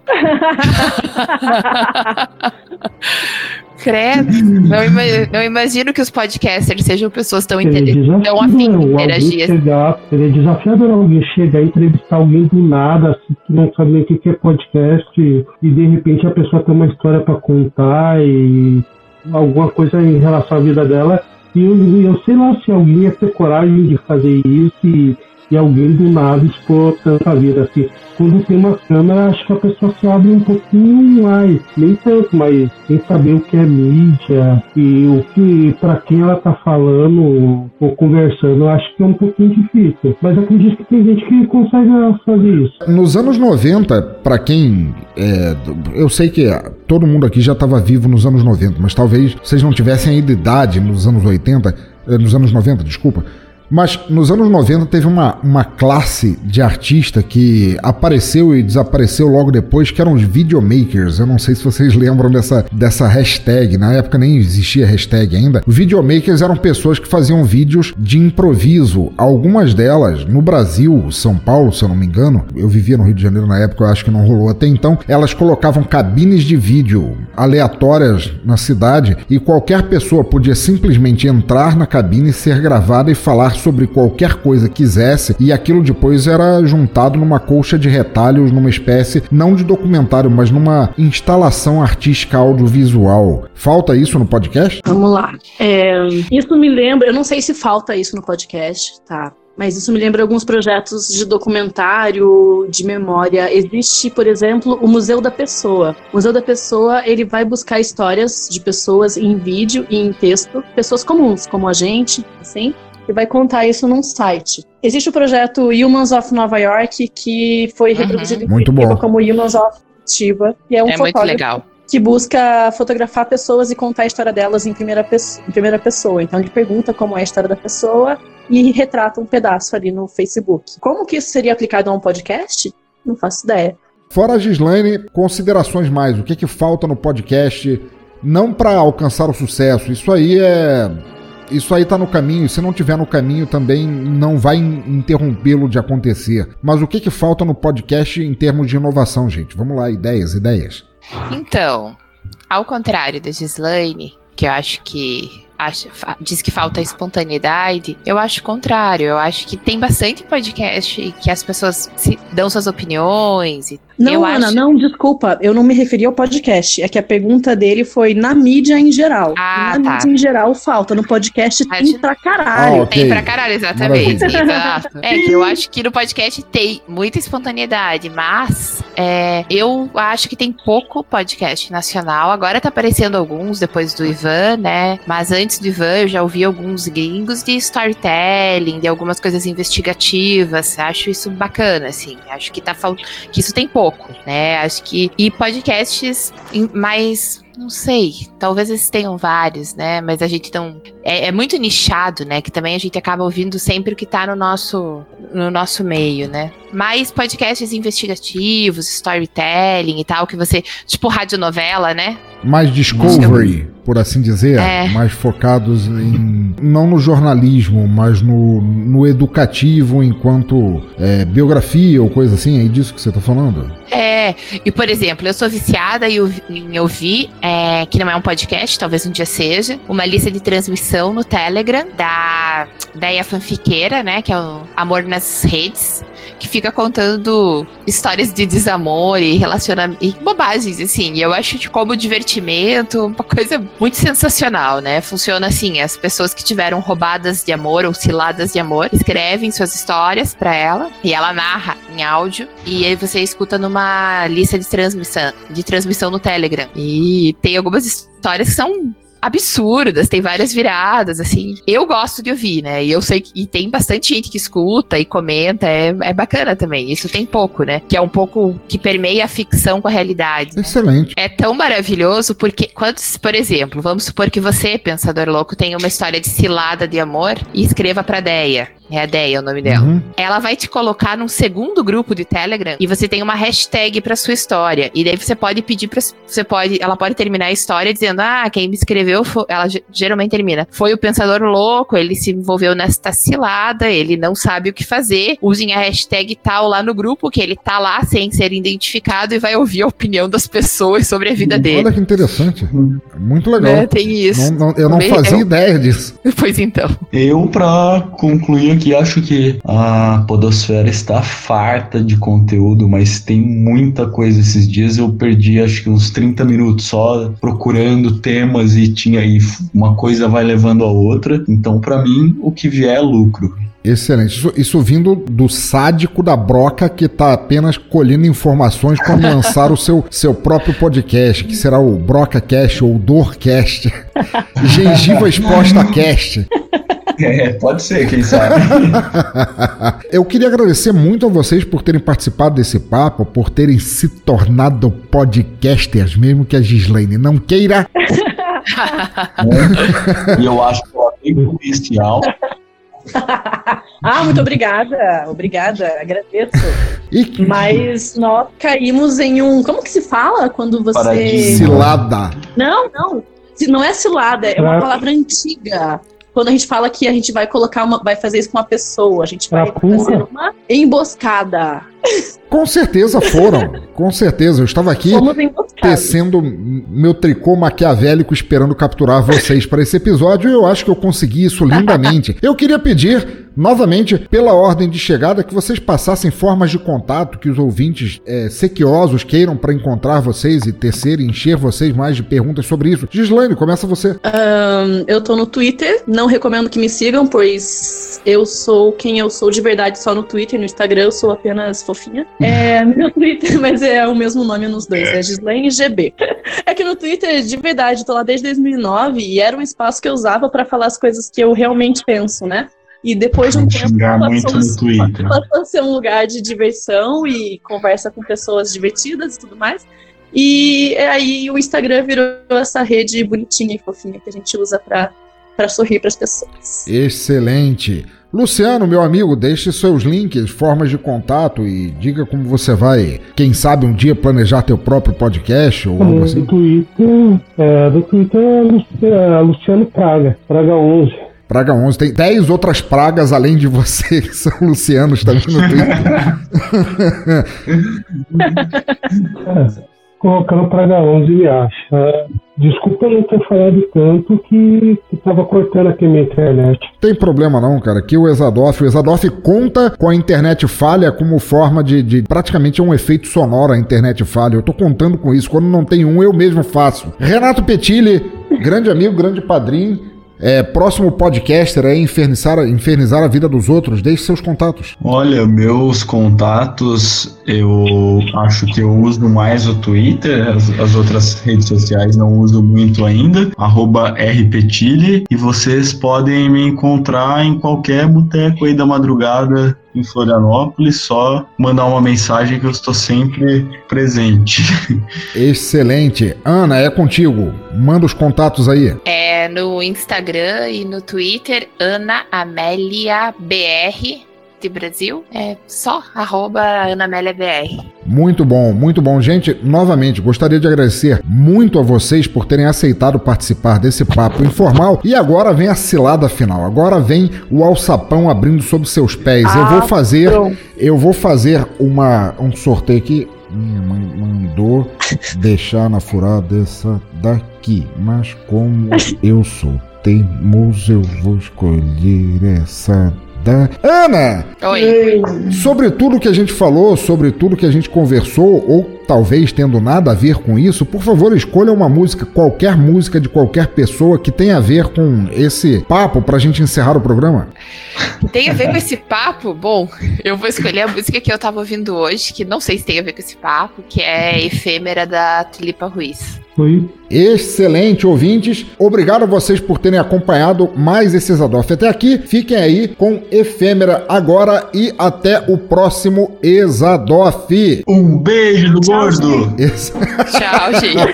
Credo, não, ima não imagino que os podcasters sejam pessoas tão, tão afim de interagir. Chegar, seria desafiador alguém chegar e entrevistar alguém do nada, assim, que não sabe nem o que é podcast, e de repente a pessoa tem uma história pra contar e alguma coisa em relação à vida dela, e eu, eu sei lá se alguém ia ter coragem de fazer isso e, e alguém do nada expor tanta vida assim. Quando tem uma câmera, acho que a pessoa se abre um pouquinho mais, nem tanto, mas sem saber o que é mídia e o que, pra quem ela tá falando ou conversando, eu acho que é um pouquinho difícil. Mas eu acredito que tem gente que consegue fazer isso. Nos anos noventa, pra quem... É, eu sei que todo mundo aqui já estava vivo nos anos noventa, mas talvez vocês não tivessem ainda idade nos anos oitenta, nos anos noventa, desculpa. Mas nos anos noventa teve uma, uma classe de artista que apareceu e desapareceu logo depois, que eram os videomakers. Eu não sei se vocês lembram dessa, dessa hashtag, na época nem existia hashtag ainda. Os videomakers eram pessoas que faziam vídeos de improviso. Algumas delas, no Brasil, São Paulo, se eu não me engano, eu vivia no Rio de Janeiro na época, eu acho que não rolou até então, elas colocavam cabines de vídeo aleatórias na cidade e qualquer pessoa podia simplesmente entrar na cabine, ser gravada e falar sobre qualquer coisa quisesse, e aquilo depois era juntado numa colcha de retalhos, numa espécie, não de documentário, mas numa instalação artística audiovisual. Falta isso no podcast? Vamos lá. É, isso me lembra, eu não sei se falta isso no podcast, tá? Mas isso me lembra alguns projetos de documentário, de memória. Existe, por exemplo, o Museu da Pessoa. O Museu da Pessoa, ele vai buscar histórias de pessoas em vídeo e em texto, pessoas comuns, como a gente, assim, e vai contar isso num site. Existe o projeto Humans of Nova York, que foi uhum. reproduzido muito bom. como Humans of Curitiba, e é um é fotógrafo muito legal. que busca fotografar pessoas e contar a história delas em primeira, em primeira pessoa. Então ele pergunta como é a história da pessoa e retrata um pedaço ali no Facebook. Como que isso seria aplicado a um podcast? Não faço ideia. Fora a Gislaine, considerações mais. O que que falta no podcast não para alcançar o sucesso. Isso aí é... Isso aí tá no caminho, e se não tiver no caminho também não vai interrompê-lo de acontecer. Mas o que que falta no podcast em termos de inovação, gente? Vamos lá, ideias, ideias. Então, ao contrário da Gislaine, que eu acho que acha, diz que falta espontaneidade, eu acho o contrário. Eu acho que tem bastante podcast que as pessoas se dão suas opiniões. E não, eu Ana, acho... não, desculpa, eu não me referi ao podcast. É que a pergunta dele foi na mídia em geral. Ah, na tá. mídia em geral falta. No podcast A tem gente... pra caralho. Ah, okay. Tem pra caralho, exatamente. Exato. É que eu acho que no podcast tem muita espontaneidade, mas é, eu acho que tem pouco podcast nacional. Agora tá aparecendo alguns depois do Ivan, né? Mas antes do Ivan eu já ouvi alguns gringos de storytelling, de algumas coisas investigativas. Acho isso bacana, assim. Acho que tá faltando. Que isso tem pouco. Né, acho que, e podcasts mais, não sei, talvez eles tenham vários, né, mas a gente não, é, é muito nichado, né, que também a gente acaba ouvindo sempre o que tá no nosso, no nosso meio, né, mais podcasts investigativos, storytelling e tal, que você, tipo radionovela, né. Mais discovery, por assim dizer, é. mais focados em, não no jornalismo, mas no, no educativo enquanto é, biografia ou coisa assim, é disso que você tá falando? É, e por exemplo, eu sou viciada em ouvir, é, que não é um podcast, talvez um dia seja, uma lista de transmissão no Telegram da Deia Fanfiqueira, né, que é o Amor nas Redes, que fica contando histórias de desamor e relacionamento, e bobagens, assim, e eu acho que como divertimento, uma coisa muito sensacional, né, funciona assim, as pessoas que tiveram roubadas de amor ou ciladas de amor, escrevem suas histórias pra ela, e ela narra em áudio, e aí você escuta numa lista de transmissão, de transmissão no Telegram, e tem algumas histórias que são absurdas, tem várias viradas, assim. Eu gosto de ouvir, né? E eu sei que e tem bastante gente que escuta e comenta, é, é bacana também. Isso tem pouco, né? Que é um pouco que permeia a ficção com a realidade. Excelente. É tão maravilhoso porque, quando, por exemplo, vamos supor que você, pensador louco, tenha uma história de cilada de amor e escreva pra Deia. É a Deia o nome dela. Uhum. Ela vai te colocar num segundo grupo de Telegram e você tem uma hashtag pra sua história. E daí você pode pedir pra... Você pode, ela pode terminar a história dizendo, ah, quem me escreveu, foi, ela geralmente termina, foi o pensador louco, ele se envolveu nesta cilada, ele não sabe o que fazer, usem a hashtag tal lá no grupo, que ele tá lá sem ser identificado e vai ouvir a opinião das pessoas sobre a vida dele. Olha que interessante. Muito legal. É, tem isso. Não, não, eu não Bem, fazia eu... ideia disso. Pois então. Eu, pra concluir aqui, acho que a podosfera está farta de conteúdo, mas tem muita coisa. Esses dias eu perdi acho que uns trinta minutos só procurando temas e tinha aí uma coisa vai levando a outra. Então, pra mim, o que vier é lucro. Excelente. Isso, isso vindo do sádico da Broca que tá apenas colhendo informações quando lançar o seu, seu próprio podcast, que será o BrocaCast ou o Dorcast. Gengiva Exposta Cast. É, pode ser, quem sabe. Eu queria agradecer muito a vocês por terem participado desse papo, por terem se tornado podcasters, mesmo que a Gislaine não queira. E eu acho que eu bem policial. Ah, muito obrigada, obrigada, agradeço. E... Mas nós caímos em um... Como que se fala quando você... Paradigma. Cilada. Não, não, não é cilada, é uma palavra antiga. Quando a gente fala que a gente vai colocar uma, vai fazer isso com uma pessoa, a gente vai fazer uma emboscada. Com certeza foram, com certeza. Eu estava aqui tecendo meu tricô maquiavélico esperando capturar vocês para esse episódio e eu acho que eu consegui isso lindamente. Eu queria pedir, novamente, pela ordem de chegada, que vocês passassem formas de contato que os ouvintes é, sequiosos queiram para encontrar vocês e tecer e encher vocês mais de perguntas sobre isso. Gislaine, começa você. Um, eu tô no Twitter, não recomendo que me sigam, pois eu sou quem eu sou de verdade só no Twitter, no Instagram eu sou apenas fofinha. É meu Twitter, mas é o mesmo nome nos dois, é Gislaine G B. É que no Twitter, de verdade, tô lá desde dois mil e nove e era um espaço que eu usava pra falar as coisas que eu realmente penso, né? E depois de um tempo, muito no Twitter. Passou a ser um lugar de diversão e conversa com pessoas divertidas e tudo mais. E aí o Instagram virou essa rede bonitinha e fofinha que a gente usa pra, pra sorrir pras pessoas. Excelente. Luciano, meu amigo, deixe seus links, formas de contato e diga como você vai, quem sabe um dia planejar teu próprio podcast ou algo assim. Do Twitter, é, do Twitter é Luciano, Luciano Praga, Praga onze. Praga onze, tem dez outras pragas além de você que são Lucianos também no Twitter. é, colocando Praga onze me acha. Desculpa eu não ter falado tanto que, que tava cortando aqui a minha internet. Tem problema não, cara. Aqui o Exadoff, o Exadoff conta com a internet falha como forma de, de... Praticamente é um efeito sonoro a internet falha. Eu tô contando com isso. Quando não tem um, eu mesmo faço. Renato Petilli, grande amigo, grande padrinho. É, próximo podcaster é infernizar, infernizar a vida dos outros. Deixe seus contatos. Olha, meus contatos, eu acho que eu uso mais o Twitter, as, as outras redes sociais não uso muito ainda, arroba rpetilli, e vocês podem me encontrar em qualquer boteco aí da madrugada em Florianópolis, só mandar uma mensagem que eu estou sempre presente. Excelente. Ana, é contigo. Manda os contatos aí. É no Instagram e no Twitter, Ana Amélia B R de Brasil. É só arroba Ana Amélia B R. Muito bom, muito bom. Gente, novamente, gostaria de agradecer muito a vocês por terem aceitado participar desse papo informal. E agora vem a cilada final. Agora vem o alçapão abrindo sob seus pés. Ah, eu vou fazer, pronto. eu vou fazer uma, um sorteio aqui. Minha mãe mandou deixar na furada essa daqui. Mas como eu sou teimoso, eu vou escolher essa da Ana! Oi! Sobre tudo que a gente falou, sobre tudo que a gente conversou, ou talvez tendo nada a ver com isso, por favor, escolha uma música, qualquer música de qualquer pessoa que tenha a ver com esse papo pra gente encerrar o programa. Tem a ver com esse papo? Bom, eu vou escolher a música que eu tava ouvindo hoje, que não sei se tem a ver com esse papo, que é Efêmera da Tulipa Ruiz. Oi. Excelente, ouvintes. Obrigado a vocês por terem acompanhado mais esse Exadoff até aqui. Fiquem aí com Efêmera agora e até o próximo Exadoff. Um beijo do Tchau, gordo. Ex- Tchau,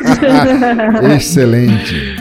gente. Excelente.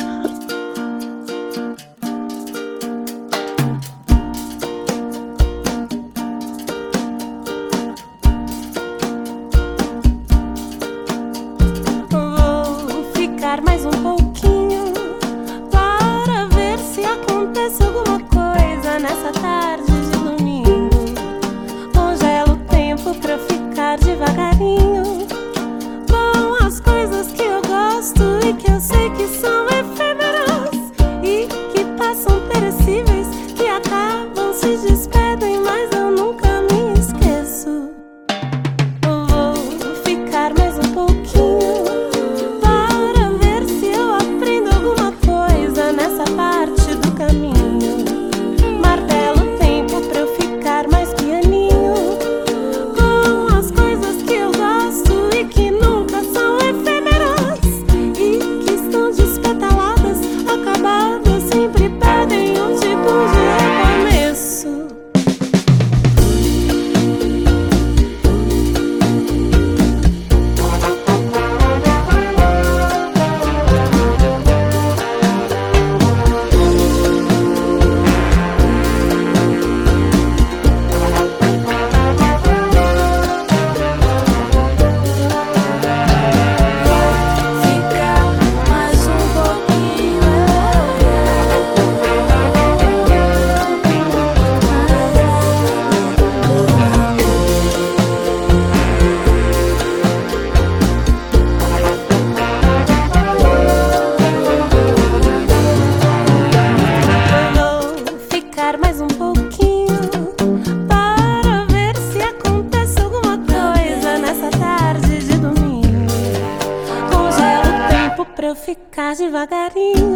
Ficar devagarinho